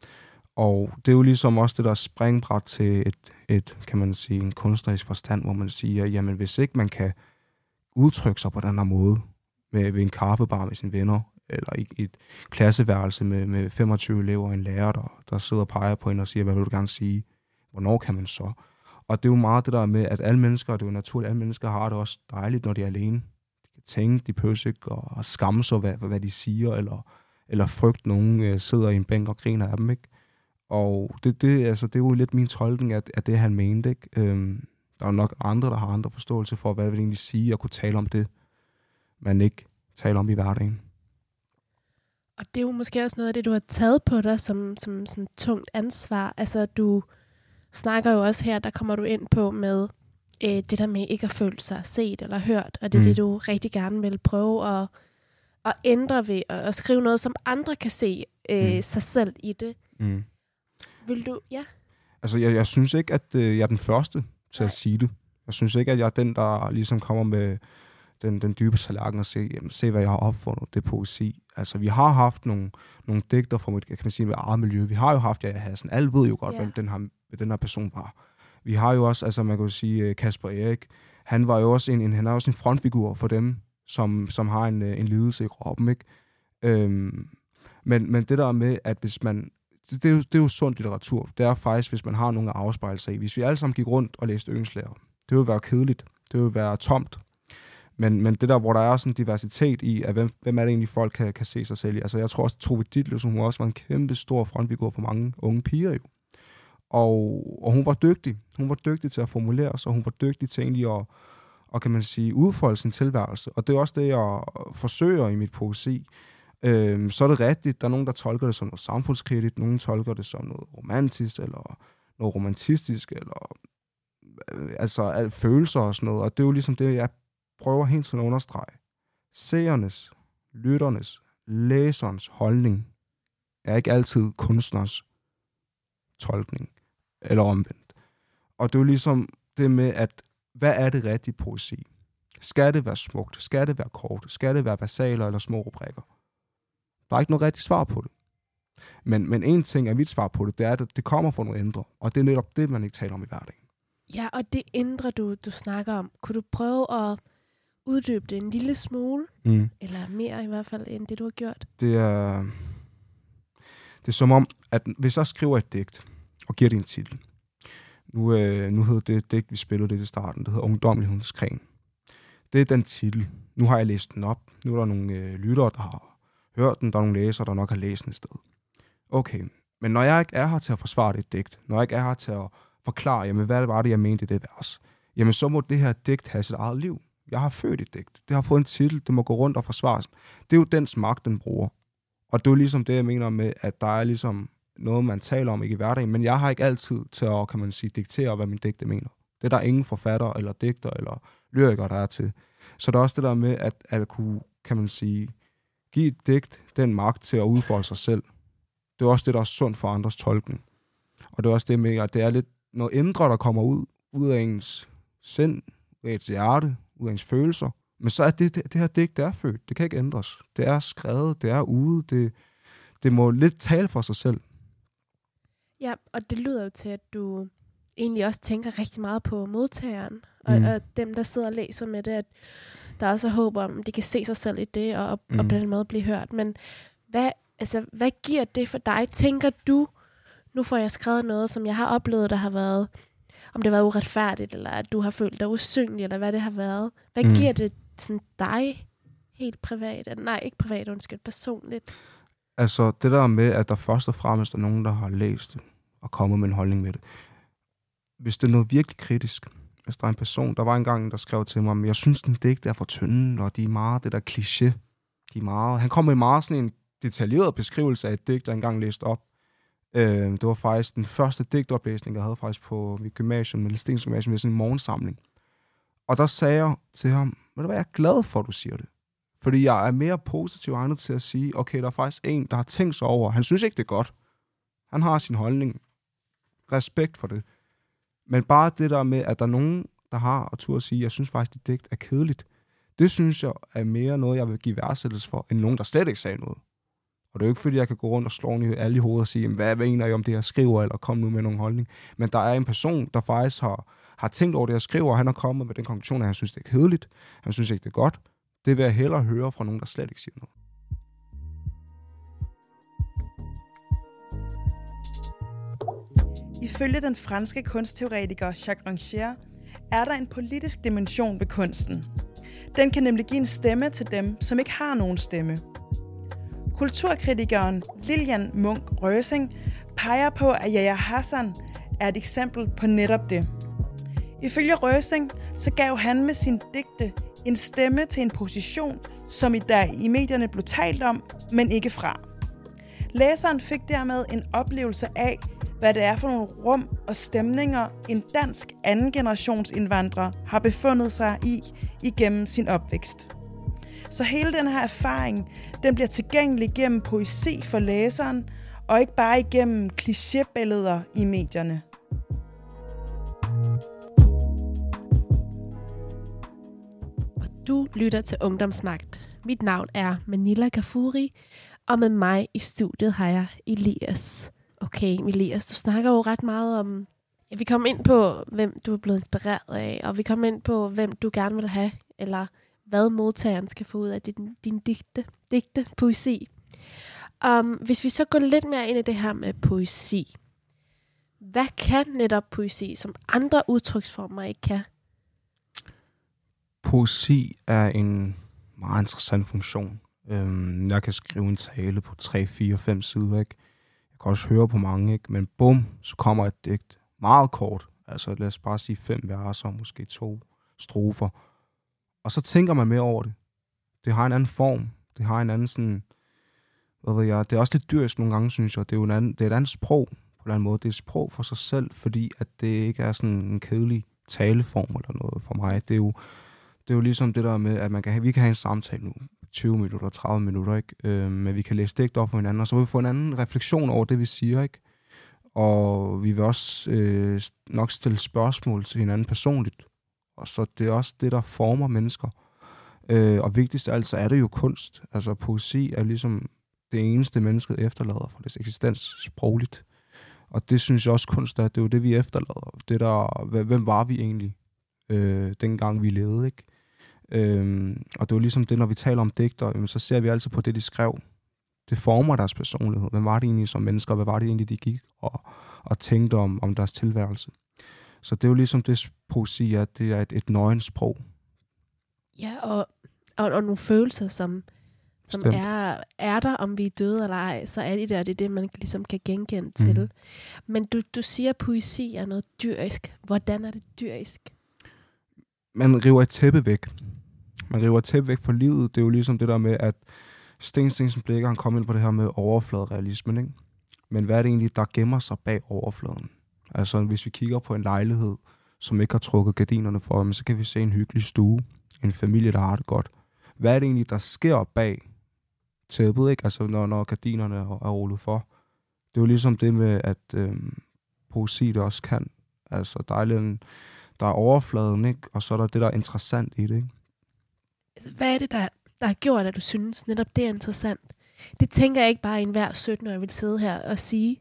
Og det er jo ligesom også det der springbræt til et, et, kan man sige, en kunstnerisk forstand, hvor man siger, jamen hvis ikke man kan udtrykke sig på den her måde, med, ved en kaffebar med sine venner, eller i et klasseværelse med, med femogtyve elever og en lærer, der, der sidder og peger på en og siger, hvad vil du gerne sige? Hvornår kan man så? Og det er jo meget det der med, at alle mennesker, det er jo naturligt, alle mennesker har det også dejligt, når de er alene. De kan tænke, de behøver ikke at skamme sig, hvad, hvad de siger, eller, eller frygte, nogen øh, sidder i en bænk og griner af dem, ikke? Og det, det, altså, det er jo lidt min tolkning af, af det, han mente, ikke? Øhm, der er nok andre, der har andre forståelse for, hvad det egentlig sige, at kunne tale om det, man ikke taler om i hverdagen. Og det er jo måske også noget af det, du har taget på dig som, som sådan tungt ansvar. Altså, du snakker jo også her, der kommer du ind på med øh, det der med ikke at føle sig set eller hørt. Og det er mm. det, du rigtig gerne vil prøve at, at ændre ved. Og at skrive noget, som andre kan se øh, mm. sig selv i det. Mm. Vil du, ja? Altså, jeg, jeg synes ikke, at øh, jeg er den første til Nej. at sige det. Jeg synes ikke, at jeg er den, der ligesom kommer med den, den dybe tallerken og se, jamen, se, hvad jeg har opfundet. Det er poesi. Altså, vi har haft nogle, nogle digter fra mit, kan man sige, med eget miljø. Vi har jo haft Yahya Hassan. Alle ved jo godt, yeah. hvem den her, den her person var. Vi har jo også, altså man kan jo sige, Kasper Erik. Han var jo også en, en, han er også en frontfigur for dem, som, som har en, en lidelse i kroppen, ikke? Øhm, men, men det der med, at hvis man... Det, det, er jo, det er jo sund litteratur. Det er faktisk, hvis man har nogle at afspejle sig i. Hvis vi alle sammen gik rundt og læste yndlingslærer, det ville være kedeligt. Det ville være tomt. Men, men det der, hvor der er sådan en diversitet i, at hvem, hvem er det egentlig, folk kan, kan se sig selv i. Altså, jeg tror også, Tove Ditlevsen, som hun også var en kæmpe stor frontfigur for mange unge piger jo. Og, og hun var dygtig. Hun var dygtig til at formulere sig, og hun var dygtig til egentlig at, og kan man sige, udfolde sin tilværelse. Og det er også det, jeg forsøger i mit poesi. Øhm, så er det rigtigt. Der er nogen, der tolker det som noget samfundskritisk, nogen tolker det som noget romantisk, eller noget romantistisk, eller øh, altså følelser og sådan noget. Og det er jo ligesom det, jeg prøver helt sådan at understrege. Seernes, lytternes, læserens holdning er ikke altid kunstners tolkning, eller omvendt. Og det er jo ligesom det med, at hvad er det rigtige poesi? Skal det være smukt? Skal det være kort? Skal det være versaler eller små rubrikker? Der er ikke noget rigtigt svar på det. Men, men en ting er mit svar på det, det er, at det kommer fra noget indre. Og det er netop det, man ikke taler om i hverdagen. Ja, og det indre, du, du snakker om, kunne du prøve at uddybe det en lille smule? Mm. Eller mere i hvert fald, end det, du har gjort? Det er, det er som om, at hvis jeg skriver et digt, og giver det en titel. Nu, øh, nu hedder det digt, vi spillede det i starten, det hedder Ungdommelighedens Krig. Det er den titel. Nu har jeg læst den op. Nu er der nogle øh, lyttere, der har hørt den. Der er nogle læsere, der nok har læst den et sted. Okay, men når jeg ikke er her til at forsvare det digt, når jeg ikke er her til at forklare, jamen, hvad var det, jeg mente i det vers, jamen så må det her digt have sit eget liv. Jeg har født et digt. Det har fået en titel. Det må gå rundt og forsvares. Det er jo dens magt, den bruger. Og det er jo ligesom det, jeg mener med, at der er ligesom noget, man taler om ikke i hverdagen, men jeg har ikke altid til at, kan man sige, diktere, hvad min digte mener. Det er der ingen forfatter, eller digter, eller lyrikere, der er til. Så der er også det der med, at, at kunne, kan man sige, give et digt den magt til at udfolde sig selv. Det er også det, der er sundt for andres tolkning. Og det er også det med, at det er lidt noget indre, der kommer ud, ud af ens sind, ud af ens hjerte, ud af ens følelser. Men så er det, det, det her digt, det er født. Det kan ikke ændres. Det er skrevet, det er ude, det, det må lidt tale for sig selv. Ja, og det lyder jo til, at du egentlig også tænker rigtig meget på modtageren, og, mm. og dem, der sidder og læser med det, at der også er håb om, at de kan se sig selv i det, og, mm. og på den måde blive hørt. Men hvad, altså, hvad giver det for dig? Tænker du, nu får jeg skrevet noget, som jeg har oplevet, der har været, om det har været uretfærdigt, eller at du har følt dig usynlig, eller hvad det har været. Hvad mm. giver det sådan dig helt privat? Nej, ikke privat, undskyld, personligt. Altså, det der med, at der først og fremmest er nogen, der har læst det, og kommet med en holdning med det. Hvis det er noget virkelig kritisk, hvis der er en person, der var engang, der skrev til mig, jeg synes, den digt er for tynde, og de er meget det der kliché. De er meget... Han kom med meget sådan en detaljeret beskrivelse af et digt, der engang læste op. Øh, det var faktisk den første digtoplæsning, jeg havde faktisk på mit gymnasium, med Stens Gymnasium, med sådan en morgensamling. Og der sagde jeg til ham, ved du hvad, jeg er glad for, at du siger det. Fordi jeg er mere positiv egnet til at sige, okay, der er faktisk en, der har tænkt sig over. Han synes ikke, det er godt. Han har sin holdning. Respekt for det. Men bare det der med, at der er nogen, der har og turde sige, jeg synes faktisk, det digt er kedeligt. Det synes jeg er mere noget, jeg vil give værdsættelse for, end nogen, der slet ikke sagde noget. Og det er jo ikke, fordi jeg kan gå rundt og slå i alle i hovedet og sige, hvad mener I om det, jeg skriver, eller kom nu med nogen holdning. Men der er en person, der faktisk har, har tænkt over det, jeg skriver, og han har kommet med den konklusion, at han synes, det er kedeligt. Han synes ikke, det er godt. Det vil jeg hellere høre fra nogen, der slet ikke siger noget. Ifølge den franske kunstteoretiker Jacques Rancière er der en politisk dimension ved kunsten. Den kan nemlig give en stemme til dem, som ikke har nogen stemme. Kulturkritikeren Lilian Munch Røsing peger på, at Yahya Hassan er et eksempel på netop det. Ifølge Røsing så gav han med sin digte en stemme til en position, som i der i medierne blev talt om, men ikke fra. Læseren fik dermed en oplevelse af, hvad det er for nogle rum og stemninger, en dansk anden generations indvandrer har befundet sig i igennem sin opvækst. Så hele den her erfaring, den bliver tilgængelig gennem poesi for læseren, og ikke bare igennem klichébilleder i medierne. Du lytter til Ungdomsmagt. Mit navn er Manila Gafuri, og med mig i studiet har jeg Elias. Okay, Elias, du snakker jo ret meget om... Ja, vi kommer ind på, hvem du er blevet inspireret af, og vi kommer ind på, hvem du gerne vil have, eller hvad modtageren skal få ud af din, din digte, digte, poesi. Um, hvis vi så går lidt mere ind i det her med poesi. Hvad kan netop poesi, som andre udtryksformer ikke kan? Poesi er en meget interessant funktion. Øhm, jeg kan skrive en tale på tre, fire, fem sider, ikke? Jeg kan også høre på mange, ikke? Men bum, så kommer et digt. Meget kort. Altså lad os bare sige fem verser, måske to strofer. Og så tænker man mere over det. Det har en anden form. Det har en anden sådan... Hvad ved jeg? Det er også lidt dyrisk nogle gange, synes jeg. Det er jo en anden, det er et andet sprog på en eller anden måde. Det er et sprog for sig selv, fordi at det ikke er sådan en kedelig taleform eller noget for mig. Det er jo, det er jo ligesom det der med, at man kan have, vi kan have en samtale nu. tyve minutter, tredive minutter, ikke? Øh, men vi kan læse digt op for hinanden, og så vil vi få en anden refleksion over det, vi siger, ikke? Og vi vil også øh, nok stille spørgsmål til hinanden personligt. Og så det er også det, der former mennesker. Øh, og vigtigst af alt, så er det jo kunst. Altså poesi er ligesom det eneste, mennesket efterlader for dets eksistens sprogligt. Og det synes jeg også kunst er, det er jo det, vi efterlader. Det der, hvem var vi egentlig, øh, dengang vi levede, ikke? Øhm, og det er jo ligesom det, når vi taler om digter, så ser vi altid på det, de skrev. Det former deres personlighed. Hvem var de egentlig som mennesker? Hvad var det egentlig, de gik og, og tænkte om, om deres tilværelse? Så det er jo ligesom det, poesi er, det er et, et nøgent sprog. Ja, og, og, og nogle følelser, som, som er, er der, om vi er døde eller ej, så er det der, det er det, man ligesom kan genkende til. Mm. Men du, du siger, at poesi er noget dyrisk. Hvordan er det dyrisk? Man river et tæppe væk. Man river et tæppe væk fra livet. Det er jo ligesom det der med, at Sten Steensen Blicher, han kom ind på det her med overfladerealismen, ikke? Men hvad er det egentlig, der gemmer sig bag overfladen? Altså, hvis vi kigger på en lejlighed, som ikke har trukket gardinerne for, så kan vi se en hyggelig stue, en familie, der har det godt. Hvad er det egentlig, der sker bag tæppet, ikke? Altså, når, når gardinerne er, er rullet for. Det er jo ligesom det med, at øhm, poesi det også kan. Altså, der er en... Der er overfladen, ikke? Og så er der det, der er interessant i det, ikke? Altså, hvad er det, der, der har gjort, at du synes netop det er interessant? Det tænker jeg ikke bare, en hver sytten-årig vil sidde her og sige.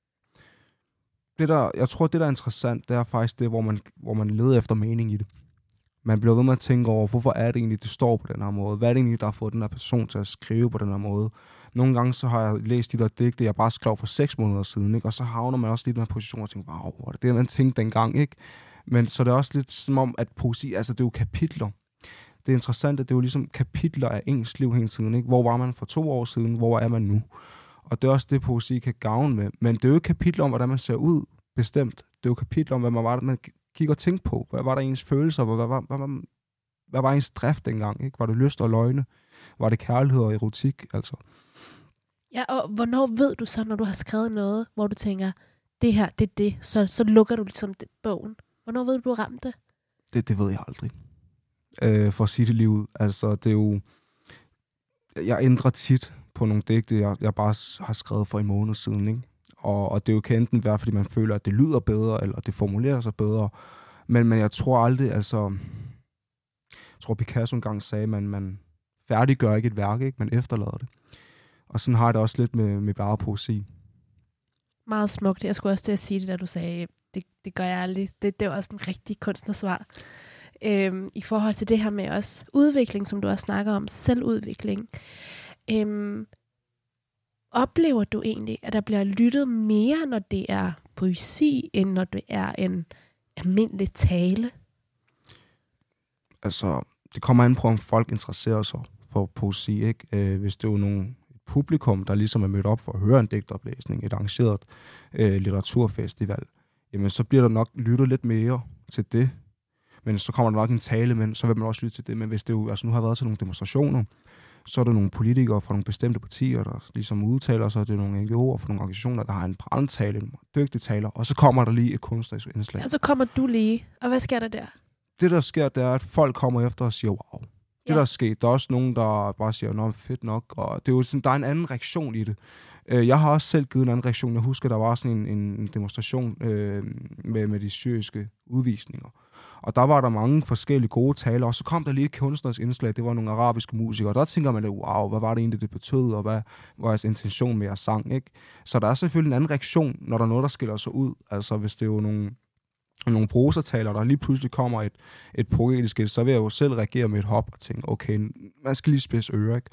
Det der, jeg tror, det der er interessant, det er faktisk det, hvor man, hvor man leder efter mening i det. Man bliver ved med at tænke over, hvorfor er det egentlig, det står på den her måde? Hvad er det egentlig, der har fået den her person til at skrive på den her måde? Nogle gange så har jeg læst de der digte, jeg bare skrev for seks måneder siden, ikke? Og så havner man også lige i den her position og tænker, wow, hvor er det det, man tænkte dengang, ikke? Men så det er også lidt som om, at poesi, altså det er jo kapitler. Det er interessant, at det er jo ligesom kapitler af ens liv hele tiden, ikke? Hvor var man for to år siden? Hvor er man nu? Og det er også det, poesi kan gavne med. Men det er jo ikke kapitler om, hvordan man ser ud, bestemt. Det er jo kapitler om, hvad man var, man kigger og tænkte på. Hvad var der ens følelser? Hvad var, hvad, hvad, hvad var ens drift dengang? Ikke? Var det lyst og løgne? Var det kærlighed og erotik? Altså? Ja, og hvornår ved du så, når du har skrevet noget, hvor du tænker, det her, det er det, så, så lukker du ligesom det, bogen? Hvornår ved du, du har ramt det? Det, det ved jeg aldrig. Øh, for at sige det lige ud. Altså, det er jo... Jeg ændrer tit på nogle digte, jeg, jeg bare har skrevet for en måned siden, ikke? Og, og det jo kan enten være, fordi man føler, at det lyder bedre, eller det formulerer sig bedre. Men, men jeg tror aldrig, altså... Jeg tror, Picasso engang sagde, at man, man færdiggør ikke et værk, ikke? Man efterlader det. Og sådan har jeg det også lidt med, med bare poesi. Meget smukt. Jeg skulle også til at sige det, da du sagde, det, det gør jeg aldrig. Det, det var også en rigtig kunstnersvar. Øhm, I forhold til det her med også udvikling, som du også snakker om, selvudvikling. Øhm, oplever du egentlig, at der bliver lyttet mere, når det er poesi, end når det er en almindelig tale? Altså, det kommer an på, om folk interesserer sig for poesi, ikke? Øh, hvis det er jo nogle publikum, der ligesom er mødt op for at høre en digtoplæsning, et arrangeret øh, litteraturfestival, jamen så bliver der nok lyttet lidt mere til det. Men så kommer der nok en tale, men så vil man også lytte til det. Men hvis det jo, altså nu har jeg været til nogle demonstrationer, Så er der nogle politikere fra nogle bestemte partier, der ligesom udtaler sig. Det er nogle N G O'er fra nogle organisationer, der har en brandtale, en dygtig taler. Og så kommer der lige et kunstnerisk indslag. Og så kommer du lige. Og hvad sker der der? Det, der sker, det er, at folk kommer efter og siger, wow. Det, ja. Der er sket. Der er også nogen, der bare siger, nå, fedt nok. Og det er jo sådan, der er en anden reaktion i det. Jeg har også selv givet en anden reaktion. Jeg husker, der var sådan en, en demonstration øh, med, med de syriske udvisninger. Og der var der mange forskellige gode taler, og så kom der lige et kunstnerisk indslag, det var nogle arabiske musikere, og der tænker man, wow, hvad var det egentlig, det betød, og hvad var jeres intention med jeres sang, ikke? Så der er selvfølgelig en anden reaktion, når der er noget, der skiller sig ud. Altså, hvis det er jo nogle, nogle prosertaler, der lige pludselig kommer et, et poetisk, så vil jeg jo selv reagere med et hop og tænke, okay, man skal lige spidse ører, ikke?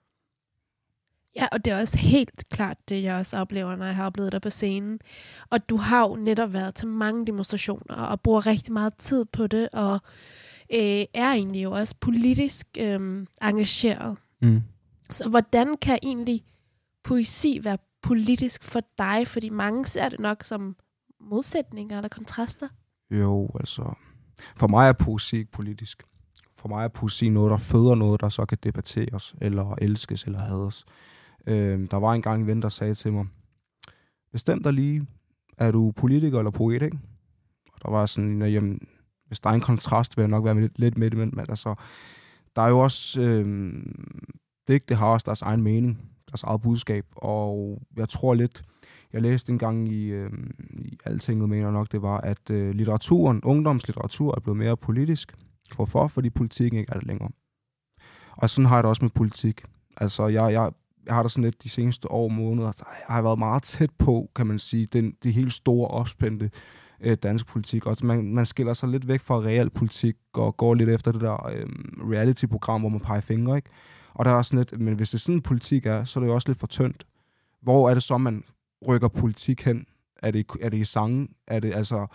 Ja, og det er også helt klart det, jeg også oplever, når jeg har oplevet dig på scenen. Og du har jo netop været til mange demonstrationer, og bruger rigtig meget tid på det, og øh, er egentlig jo også politisk øh, engageret. Mm. Så hvordan kan egentlig poesi være politisk for dig? Fordi mange ser det nok som modsætninger eller kontraster. Jo, altså, for mig er poesi ikke politisk. For mig er poesi noget, der føder noget, der så kan debatteres, eller elskes, eller hades. Øh, der var engang en ven, der sagde til mig, bestem dig lige, er du politiker eller poet, ikke? Og der var sådan, jamen, hvis der er en kontrast, vil jeg nok være lidt, lidt midt imellem. Men altså, der er jo også, øh, digte har også deres egen mening, deres eget budskab, og jeg tror lidt, jeg læste engang i, øh, i Altinget, mener nok det var, at øh, litteraturen, ungdomslitteratur er blevet mere politisk. Hvorfor? Fordi politikken ikke er det længere. Og sådan har jeg det også med politik. Altså, jeg, jeg, jeg har da sådan lidt de seneste år, måneder, der jeg har været meget tæt på, kan man sige, den, det helt store, opspændte øh, danske politik. Og man, man skiller sig lidt væk fra real politik, og går lidt efter det der øh, reality-program, hvor man peger fingre, ikke? Og der er sådan lidt, men hvis det sådan en politik er, så er det jo også lidt for tyndt. Hvor er det så, man rykker politik hen? Er det, er det i sangen? Er det altså...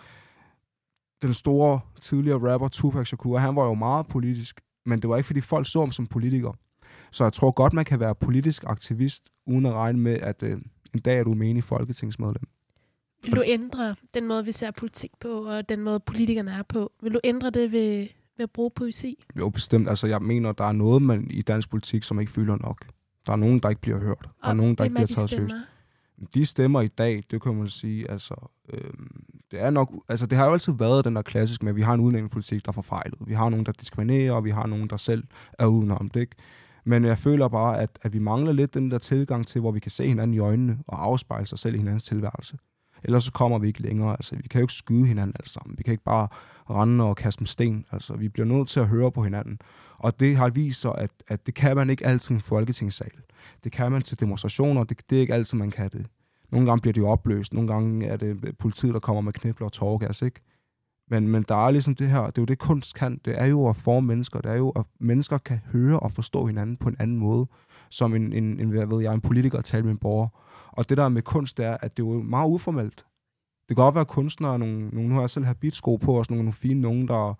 Den store, tidligere rapper Tupac Shakur, han var jo meget politisk, men det var ikke, fordi folk så ham som politiker. Så jeg tror godt, man kan være politisk aktivist, uden at regne med, at øh, en dag er du menig folketingsmedlem. Vil du ændre den måde, vi ser politik på, og den måde, politikerne er på? Vil du ændre det ved, ved at bruge poesi? Jo, bestemt. Altså, jeg mener, der er noget man, i dansk politik, som ikke fylder nok. Der er nogen, der ikke bliver hørt. Der og er nogen, der ikke bliver de taget seriøst. De stemmer i dag, det kan man sige, altså, øh, det er nok, altså, det har jo altid været den der klassisk med, at vi har en udlændingepolitik, der er forfejlet. Vi har nogen, der diskriminerer, og vi har nogen, der selv er udenom det, ikke? Men jeg føler bare, at, at vi mangler lidt den der tilgang til, hvor vi kan se hinanden i øjnene og afspejle sig selv i hinandens tilværelse. Ellers så kommer vi ikke længere. Altså, vi kan jo ikke skyde hinanden alle sammen. Vi kan ikke bare rende og kaste med sten. Altså, vi bliver nødt til at høre på hinanden. Og det har vist sig, at, at det kan man ikke altid i en folketingssal. Det kan man til demonstrationer. Det, det er ikke altid, man kan det. Nogle gange bliver det jo opløst. Nogle gange er det politiet, der kommer med knibler og tåregas, ikke? Men, men der er ligesom det her, det er jo det kunst kan, det er jo at forme mennesker, det er jo at mennesker kan høre og forstå hinanden på en anden måde, som en, en, en hvad ved jeg, en politiker taler med en borger. Og det der med kunst, det er, at det er jo meget uformelt. Det kan godt være kunstnere, nogle, nogle nu har jeg selv habitsko på, og sådan nogle, nogle fine nogen, der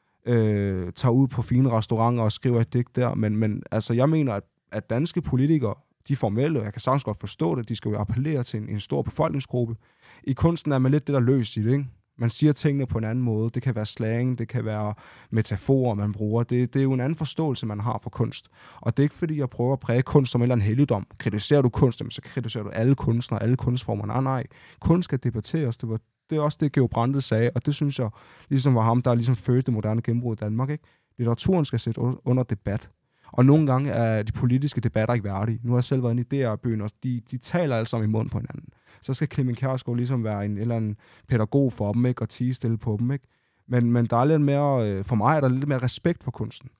øh, tager ud på fine restauranter og skriver et digt der, men, men altså, jeg mener, at, at danske politikere, de formelle, jeg kan sagtens godt forstå det, de skal jo appellere til en, en stor befolkningsgruppe. I kunsten er man lidt det, der løs i det, ikke? Man siger tingene på en anden måde. Det kan være slang, det kan være metaforer, man bruger. Det, det er jo en anden forståelse, man har for kunst. Og det er ikke, fordi jeg prøver at præge kunst som en eller anden helligdom. Kritiserer du kunst, så kritiserer du alle kunstnere, alle kunstformer. Nej, nej. Kunst skal debatteres. Det, var, det er også det, Georg Brandes sagde, og det synes jeg ligesom var ham, der ligesom fødte det moderne gennembrud i Danmark, ikke? Litteraturen skal sætte under debat. Og nogle gange er de politiske debatter ikke værdige. Nu har jeg selv været inde i D R-byen, og de, de taler alle sammen i munden på hinanden. Så skal Clement Kjærsgaard ligesom være en eller anden pædagog for dem, ikke? Og tie stille på dem, ikke? Men, men der er lidt mere, for mig er der lidt mere respekt for kunsten.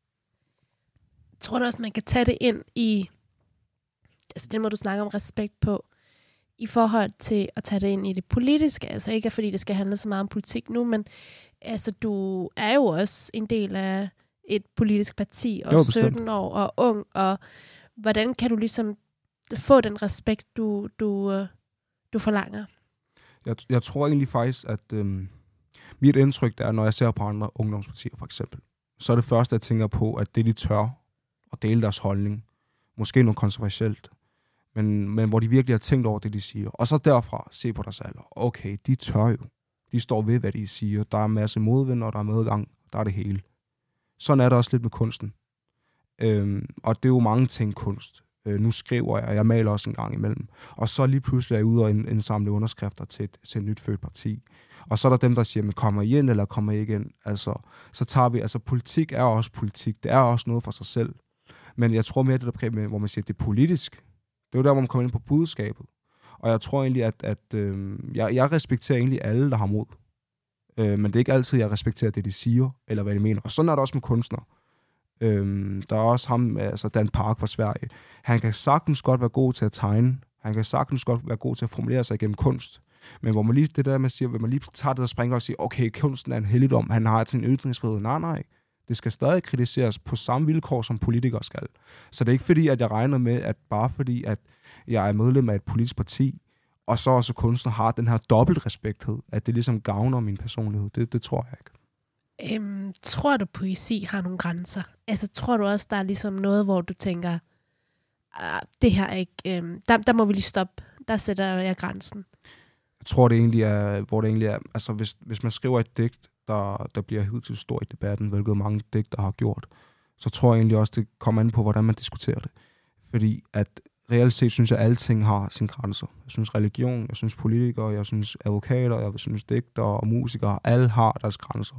Tror du også, man kan tage det ind i, altså det må du snakke om respekt på, i forhold til at tage det ind i det politiske? Altså ikke fordi det skal handle så meget om politik nu, men altså du er jo også en del af et politisk parti, og sytten år, og ung, og hvordan kan du ligesom få den respekt, du, du, du forlanger? Jeg, jeg tror egentlig faktisk, at øhm, mit indtryk er, når jeg ser på andre ungdomspartier for eksempel, så er det første, jeg tænker på, at det de tør at dele deres holdning, måske noget kontroversielt, men, men hvor de virkelig har tænkt over det, de siger. Og så derfra se på deres alder. Okay, de tør jo. De står ved, hvad de siger. Der er en masse modvind, og der er medgang. Der er det hele. Sådan er det også lidt med kunsten. Øhm, og det er jo mange ting kunst. Øh, nu skriver jeg, og jeg maler også en gang imellem. Og så lige pludselig er jeg ude og indsamle underskrifter til et, til et nyt født parti. Og så er der dem, der siger, men kommer I ind, eller kommer I ikke ind? Altså, så tager vi, altså politik er også politik. Det er også noget for sig selv. Men jeg tror mere, det der med, hvor man siger, det er politisk. Det er jo der, hvor man kommer ind på budskabet. Og jeg tror egentlig, at, at øh, jeg, jeg respekterer egentlig alle, der har mod. Øh, men det er ikke altid, jeg respekterer det, de siger, eller hvad de mener. Og sådan er det også med kunstnere. Øh, der er også ham, altså Dan Park fra Sverige. Han kan sagtens godt være god til at tegne. Han kan sagtens godt være god til at formulere sig gennem kunst. Men hvor man lige, det der, man siger, hvor man lige tager det og springer og siger, okay, kunsten er en helligdom, han har sin ytringsfrihed. Nej, nej. Det skal stadig kritiseres på samme vilkår, som politikere skal. Så det er ikke fordi, at jeg regner med, at bare fordi, at jeg er medlem af et politisk parti, og så også kunstner har den her dobbelt respekthed, at det ligesom gavner min personlighed. Det, det tror jeg ikke. Øhm, tror du, poesi har nogle grænser? Altså, tror du også, der er ligesom noget, hvor du tænker, ah, det her er ikke, øhm, der, der må vi lige stoppe. Der sætter jeg grænsen. Jeg tror, det egentlig er, hvor det egentlig er, altså hvis, hvis man skriver et digt, der, der bliver hidtil stor i debatten, hvilket mange digter har gjort, så tror jeg egentlig også, det kommer an på, hvordan man diskuterer det. Fordi at reelt set synes jeg, at alting har sine grænser. Jeg synes religion, jeg synes politikere, jeg synes advokater, jeg synes digtere og musikere, alle har deres grænser.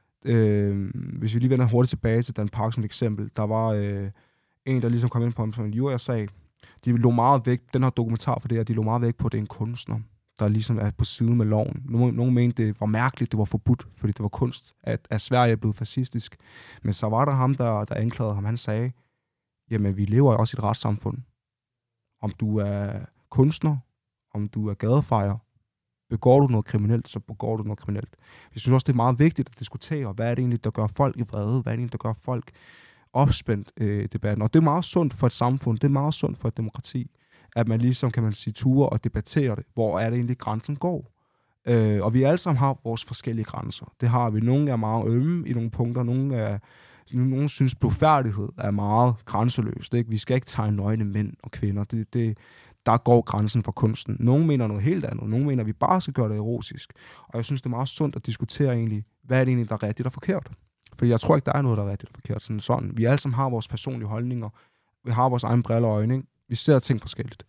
Øh, hvis vi lige vender hurtigt tilbage til Dan Park som eksempel, der var øh, en, der ligesom kom ind på en, en jurasag. De lå meget væk, den her dokumentar for det her, de lå meget væk på, at det er en kunstner, der ligesom er på side med loven. Nogle, nogle mente, det var mærkeligt, det var forbudt, fordi det var kunst, at, at Sverige er blevet fascistisk. Men så var der ham, der, der anklagede ham, han sagde, jamen vi lever jo også i et retssamfund. Om du er kunstner, om du er gadefejer, begår du noget kriminelt, så begår du noget kriminelt. Jeg synes også, det er meget vigtigt at diskutere, hvad er det egentlig, der gør folk i vrede, hvad er det egentlig, der gør folk opspændt øh, debatten. Og det er meget sundt for et samfund, det er meget sundt for et demokrati, at man ligesom, kan man sige, ture og debattere det. Hvor er det egentlig, grænsen går? Øh, og vi alle sammen har vores forskellige grænser. Det har vi. Nogle er meget ømme i nogle punkter, nogle er Nogle synes, blodfærdighed er meget grænseløst. Ikke? Vi skal ikke tegne nøgne mænd og kvinder. Det, det, der går grænsen for kunsten. Nogle mener noget helt andet. Nogle mener, at vi bare skal gøre det erotisk. Og jeg synes, det er meget sundt at diskutere egentlig, hvad er det egentlig, der er rigtigt og forkert. Fordi jeg tror ikke, der er noget, der er rigtigt og forkert. Sådan, sådan. Vi alle sammen har vores personlige holdninger. Vi har vores egen briller og øjne. Ikke? Vi ser ting forskelligt.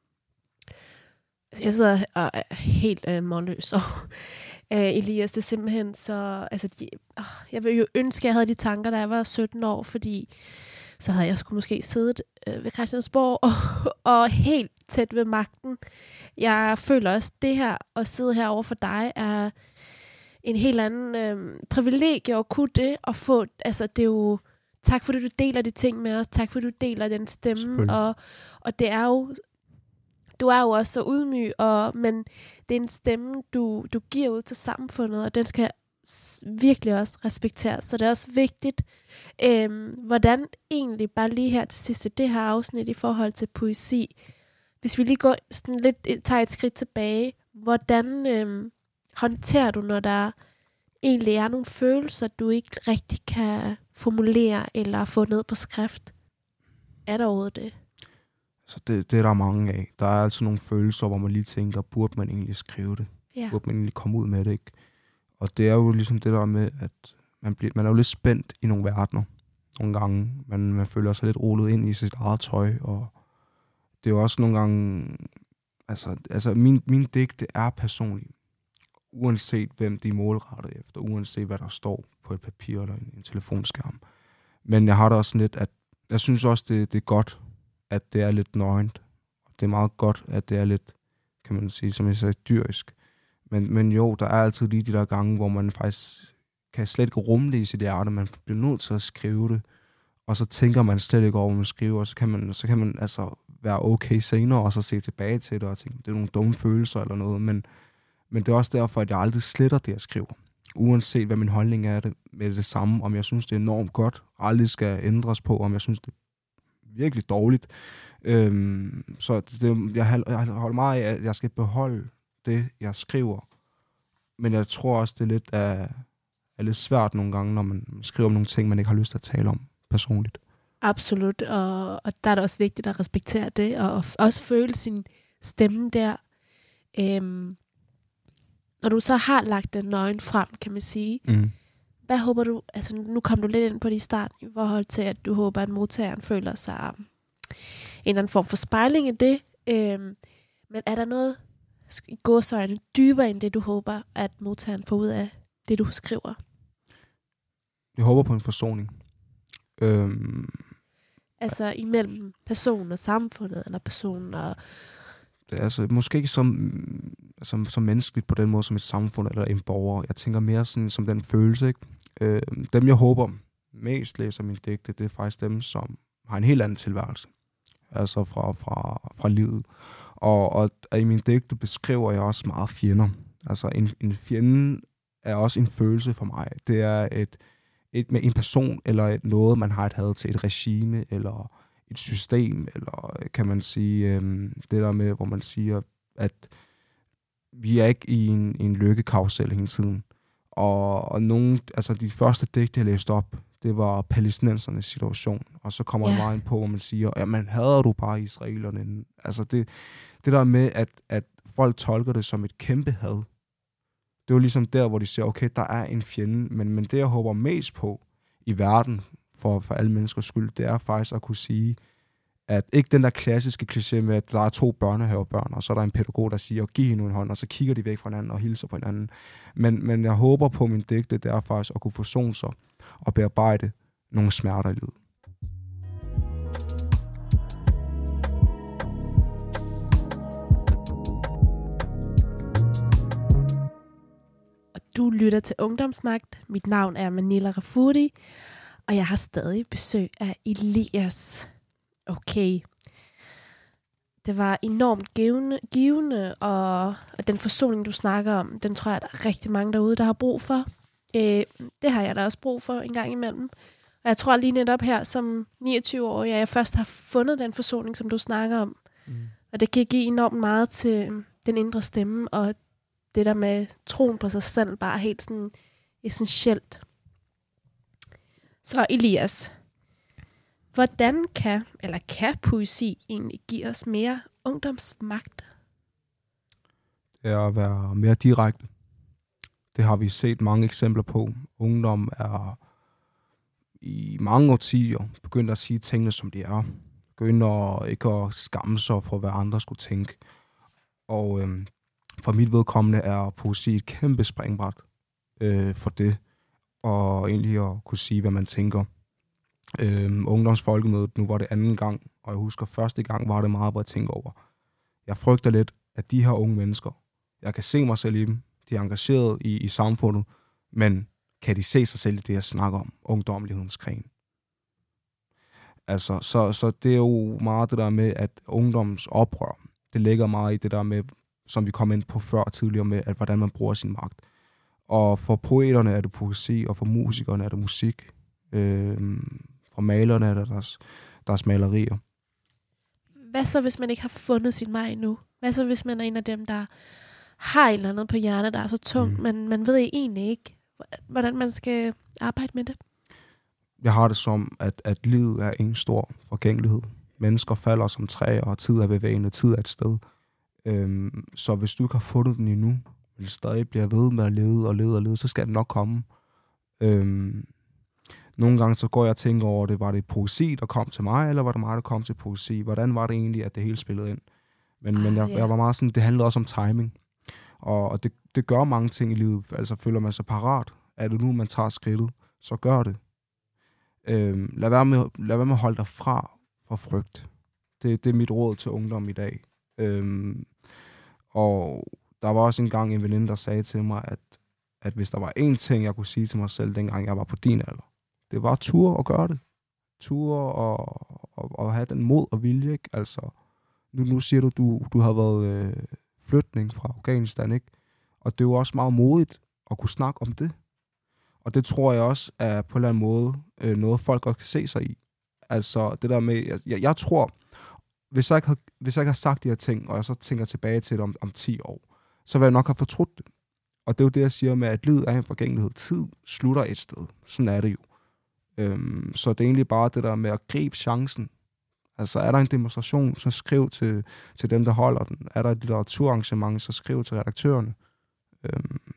Jeg sidder og er helt øh, målløs og øh, Elias, det er simpelthen så, altså, de, øh, jeg vil jo ønske, at jeg havde de tanker, da jeg var sytten år, fordi så havde jeg skulle måske siddet øh, ved Christiansborg og, og helt tæt ved magten. Jeg føler også, det her at sidde her over for dig er en helt anden øh, privilegie at kunne det og få, altså det er jo, tak fordi du deler de ting med os, tak fordi du deler den stemme, og, og det er jo, du er jo også så ydmyg, og, men det er en stemme, du, du giver ud til samfundet, og den skal virkelig også respekteres. Så det er også vigtigt, øhm, hvordan egentlig, bare lige her til sidst i det her afsnit i forhold til poesi, hvis vi lige går sådan lidt, tager et skridt tilbage, hvordan øhm, håndterer du, når der egentlig er nogle følelser, du ikke rigtig kan formulere eller få ned på skrift? Er der overhovedet det? Så det, det er der mange af. Der er altså nogle følelser, hvor man lige tænker, burde man egentlig skrive det? Ja. Burde man egentlig komme ud med det, ikke? Og det er jo ligesom det der med, at man, bliver, man er jo lidt spændt i nogle verdener. Nogle gange. Man, man føler sig lidt rullet ind i sit eget tøj, og det er jo også nogle gange, altså, altså min, min digte er personlig. Uanset hvem de er målrettet efter, uanset hvad der står på et papir eller en, en telefonskærm. Men jeg har da også sådan lidt, at jeg synes også, det, det er godt, at det er lidt nøgent. Det er meget godt, at det er lidt, kan man sige, som jeg sagde, dyrisk. Men, men jo, der er altid lige de der gange, hvor man faktisk kan slet ikke rumme det i sit hjerte. Man bliver nødt til at skrive det, og så tænker man slet ikke over, hvad man skriver, og så kan man, så kan man altså være okay senere, og så se tilbage til det, og tænke, det er nogle dumme følelser eller noget. Men, men det er også derfor, at jeg aldrig sletter det, jeg skriver. Uanset hvad min holdning er det, med det samme, om jeg synes, det er enormt godt, aldrig skal ændres på, om jeg synes, det virkelig dårligt. Øhm, så det, jeg, jeg holder meget af, at jeg skal beholde det, jeg skriver. Men jeg tror også, det er lidt, er, er lidt svært nogle gange, når man skriver om nogle ting, man ikke har lyst til at tale om personligt. Absolut, og, og der er det også vigtigt at respektere det, og også føle sin stemme der. Øhm, når du så har lagt den nøgen frem, kan man sige, mm. hvad håber du, altså nu kom du lidt ind på det i starten, i forhold til, at du håber, at modtageren føler sig en eller anden form for spejling i det. Øhm, men er der noget i gåseøjne dybere end det, du håber, at modtageren får ud af det, du skriver? Jeg håber på en forsoning. Øhm, altså imellem personen og samfundet, eller personen og... Det er altså måske ikke som, som, som menneskeligt på den måde, som et samfund eller en borger. Jeg tænker mere sådan som den følelse, ikke? Øh, dem, jeg håber mest læser mine digte, det er faktisk dem, som har en helt anden tilværelse. Altså fra, fra, fra livet. Og, og i mine digte beskriver jeg også meget fjender. Altså en, en fjende er også en følelse for mig. Det er et, et med en person, eller et, noget, man har et had til. Et regime, eller et system, eller kan man sige, øhm, det der med, hvor man siger, at vi er ikke i en, en lykkekarusel hele tiden. Og, og nogle, altså de første digte, jeg læste op, det var palæstinensernes situation. Og så kommer yeah. man meget ind på, hvor man siger, ja, man hader du bare israelerne. Altså det, det der med, at, at folk tolker det som et kæmpe had. Det er jo ligesom der, hvor de siger, okay, der er en fjende, men, men det, jeg håber mest på i verden, for, for alle menneskers skyld, det er faktisk at kunne sige, at ikke den der klassiske kliché med, at der er to børnehavebørn, og så er der en pædagog, der siger, giv hende en hånd, og så kigger de væk fra hinanden og hilser på hinanden. Men, men jeg håber på min digte, det er faktisk at kunne forsone sig og bearbejde nogle smerter i livet. Og du lytter til Ungdomsmagt. Mit navn er Manila Rafudi, og jeg har stadig besøg af Elias. Okay. Det var enormt givende, givende og, og den forsoning, du snakker om, den tror jeg, der er rigtig mange derude, der har brug for. Øh, det har jeg da også brug for en gang imellem. Og jeg tror lige netop her, som niogtyve-årig, at jeg først har fundet den forsoning, som du snakker om. Mm. Og det kan give enormt meget til den indre stemme, og det der med troen på sig selv, bare helt sådan essentielt. Så Elias, hvordan kan, eller kan poesi egentlig give os mere ungdomsmagt? Det er at være mere direkte. Det har vi set mange eksempler på. Ungdom er i mange årtier begyndt at sige tingene, som de er. Begynder ikke at skamme sig for, hvad andre skulle tænke. Og øhm, for mit vedkommende er poesi et kæmpe springbræt øh, for det. Og egentlig at kunne sige, hvad man tænker. Øhm, ungdomsfolkemødet, nu var det anden gang, og jeg husker første gang var det meget, hvor jeg tænker over. Jeg frygter lidt, at de her unge mennesker, jeg kan se mig selv i dem, de er engageret i, i samfundet, men kan de se sig selv i det, jeg snakker om, ungdommelighedens kræn? Altså, så, så det er jo meget det der med, at ungdoms oprør, det ligger meget i det der med, som vi kom ind på før tidligere med, at hvordan man bruger sin magt. Og for poeterne er det poesi, og for musikerne er det musik. Øhm, for malerne er det deres, deres malerier. Hvad så, hvis man ikke har fundet sin vej endnu? Hvad så, hvis man er en af dem, der har et eller andet på hjernen, der er så tungt, mm. men man ved egentlig ikke, hvordan man skal arbejde med det? Jeg har det som, at, at livet er en stor forgængelighed. Mennesker falder som træer, og tid er bevægende, tid er et sted. Øhm, så hvis du ikke har fundet den endnu, men stadig bliver ved med at lede og lede og lede, så skal det nok komme. Øhm, nogle gange så går jeg og tænker over det, var det poesi, der kom til mig, eller var det mig, der kom til poesi? Hvordan var det egentlig, at det hele spillede ind? Men, ah, men jeg, yeah. jeg var meget sådan, det handlede også om timing. Og, og det, det gør mange ting i livet. Altså føler man sig parat. Er det nu, man tager skridtet, så gør det. Øhm, lad, være med, lad være med at holde dig fra for frygt. Det, det er mit råd til ungdom i dag. Øhm, og der var også engang en veninde, der sagde til mig, at, at hvis der var én ting, jeg kunne sige til mig selv, dengang jeg var på din alder, det var ture og gøre det. Ture og, og, og have den mod og vilje, ikke? Altså, nu, nu siger du, du, du har været øh, flytning fra Afghanistan, ikke? Og det er jo også meget modigt at kunne snakke om det. Og det tror jeg også er på en eller anden måde øh, noget, folk godt kan se sig i. Altså, det der med, jeg, jeg tror, hvis jeg, ikke havde, hvis jeg ikke havde sagt de her ting, og jeg så tænker tilbage til det om, om ti år, så vil jeg nok have fortrudt det. Og det er jo det, jeg siger med, at livet er en forgængelighed. Tid slutter et sted. Sådan er det jo. Øhm, så det er egentlig bare det der med at gribe chancen. Altså, er der en demonstration, så skriv til, til dem, der holder den. Er der et litteraturarrangement, så skriv til redaktørerne. Øhm,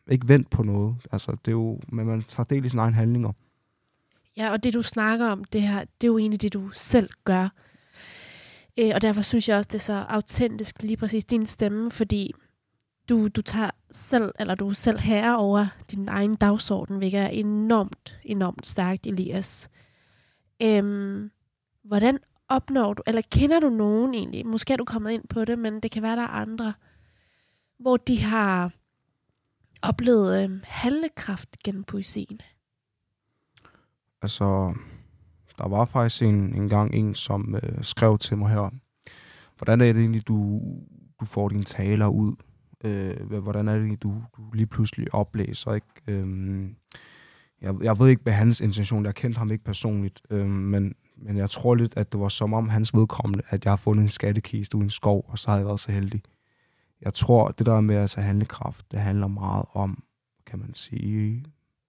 ikke vent på noget. Altså, det er jo, men man tager del i sine egne handlinger. Ja, og det du snakker om, det her, det er jo egentlig det, du selv gør. Øh, og derfor synes jeg også, det er så autentisk, lige præcis din stemme, fordi du, du tager selv, eller du er selv herre over din egen dagsorden, hvilket er enormt, enormt stærkt, Elias. Øhm, hvordan opnår du, eller kender du nogen egentlig, måske er du kommet ind på det, men det kan være, der er andre, hvor de har oplevet øhm, handlekraft gennem poesien? Altså, der var faktisk en, en gang en, som øh, skrev til mig her, hvordan er det egentlig, du, du får dine taler ud? Øh, hvordan er det egentlig, du, du lige pludselig oplæser? Ikke? Øh, jeg, jeg ved ikke, hvad hans intention er. Jeg kendte ham ikke personligt, øh, men, men jeg tror lidt, at det var som om hans vedkommende, at jeg har fundet en skattekiste ude i en skov, og så har jeg været så heldig. Jeg tror, det der med at altså, handlekraft, det handler meget om, kan man sige,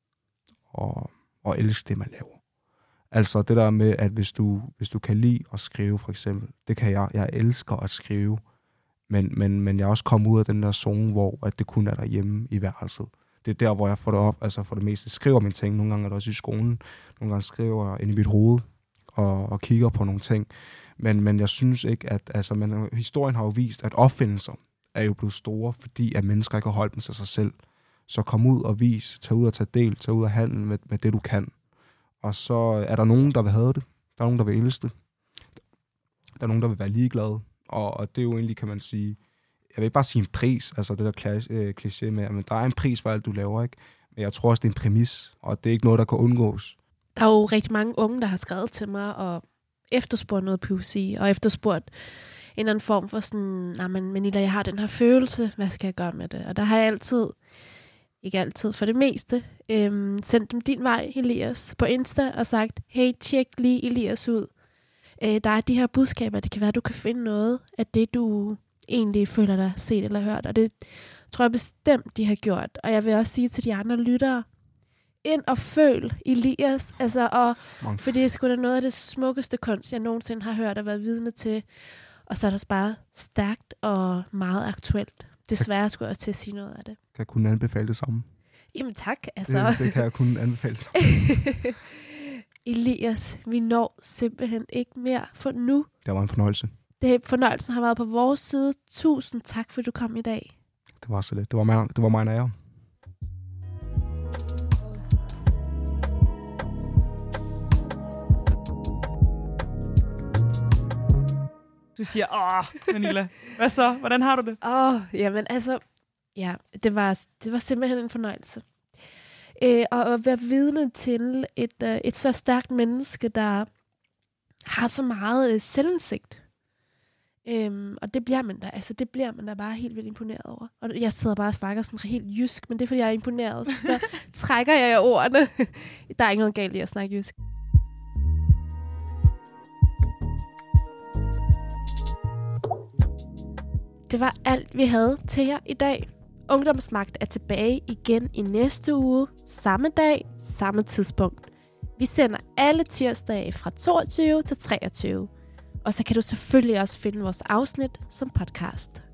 at, at elske det, man laver. Altså det der med, at hvis du, hvis du kan lide at skrive, for eksempel, det kan jeg. Jeg elsker at skrive, men, men, men jeg er også kommet ud af den der zone, hvor at det kun er derhjemme i værelset. Det er der, hvor jeg får det op, altså for det meste skriver mine ting. Nogle gange er det også i skolen. Nogle gange skriver jeg ind i mit hoved og, og kigger på nogle ting. Men, men jeg synes ikke, at altså, man, historien har jo vist, at opfindelser er jo blevet store, fordi at mennesker ikke har holdt dem til sig selv. Så kom ud og vis, tag ud og tag del, tag ud og handle med, med det, du kan. Og så er der nogen, der vil have det. Der er nogen, der vil elske det. Der er nogen, der vil være ligeglade. Og, og det er jo egentlig, kan man sige, jeg vil ikke bare sige en pris, altså det der kliché med, men der er en pris for alt, du laver, ikke? Men jeg tror også, det er en præmis, og det er ikke noget, der kan undgås. Der er jo rigtig mange unge, der har skrevet til mig og efterspurgt noget poesi, og efterspurgt en eller anden form for sådan, nej, men Manila, jeg har den her følelse, hvad skal jeg gøre med det? Og der har jeg altid, ikke altid for det meste, øhm, sendt dem din vej, Elias, på Insta og sagt, hey, tjek lige Elias ud. Øh, der er de her budskaber, det kan være, du kan finde noget af det, du egentlig føler dig set eller hørt, og det tror jeg bestemt, de har gjort. Og jeg vil også sige til de andre lyttere, ind og føl Elias, altså, og, for det er sgu da noget af det smukkeste kunst, jeg nogensinde har hørt og været vidne til. Og så er der bare stærkt og meget aktuelt. Desværre skulle jeg også til at sige noget af det. Kan jeg kun anbefale det samme? Jamen tak. Altså. Det, det kan jeg kun anbefale. Elias, vi når simpelthen ikke mere for nu. Det var en fornøjelse. Det, fornøjelsen har været på vores side. Tusind tak, for du kom i dag. Det var så lidt. Det var mig, det var mig en ære. Du siger, åh, Manila, hvad så? Hvordan har du det? Åh, oh, jamen altså, ja, det var, det var simpelthen en fornøjelse. Øh, og at være vidne til et, uh, et så stærkt menneske, der har så meget uh, selvindsigt. Øhm, og det bliver man da, altså det bliver man da bare helt vildt imponeret over. Og jeg sidder bare og snakker sådan helt jysk, men det er fordi jeg er imponeret, så trækker jeg ordene. Der er ikke noget galt i at snakke jysk. Det var alt, vi havde til jer i dag. Ungdomsmagt er tilbage igen i næste uge, samme dag, samme tidspunkt. Vi sender alle tirsdage fra toogtyve til treogtyve. Og så kan du selvfølgelig også finde vores afsnit som podcast.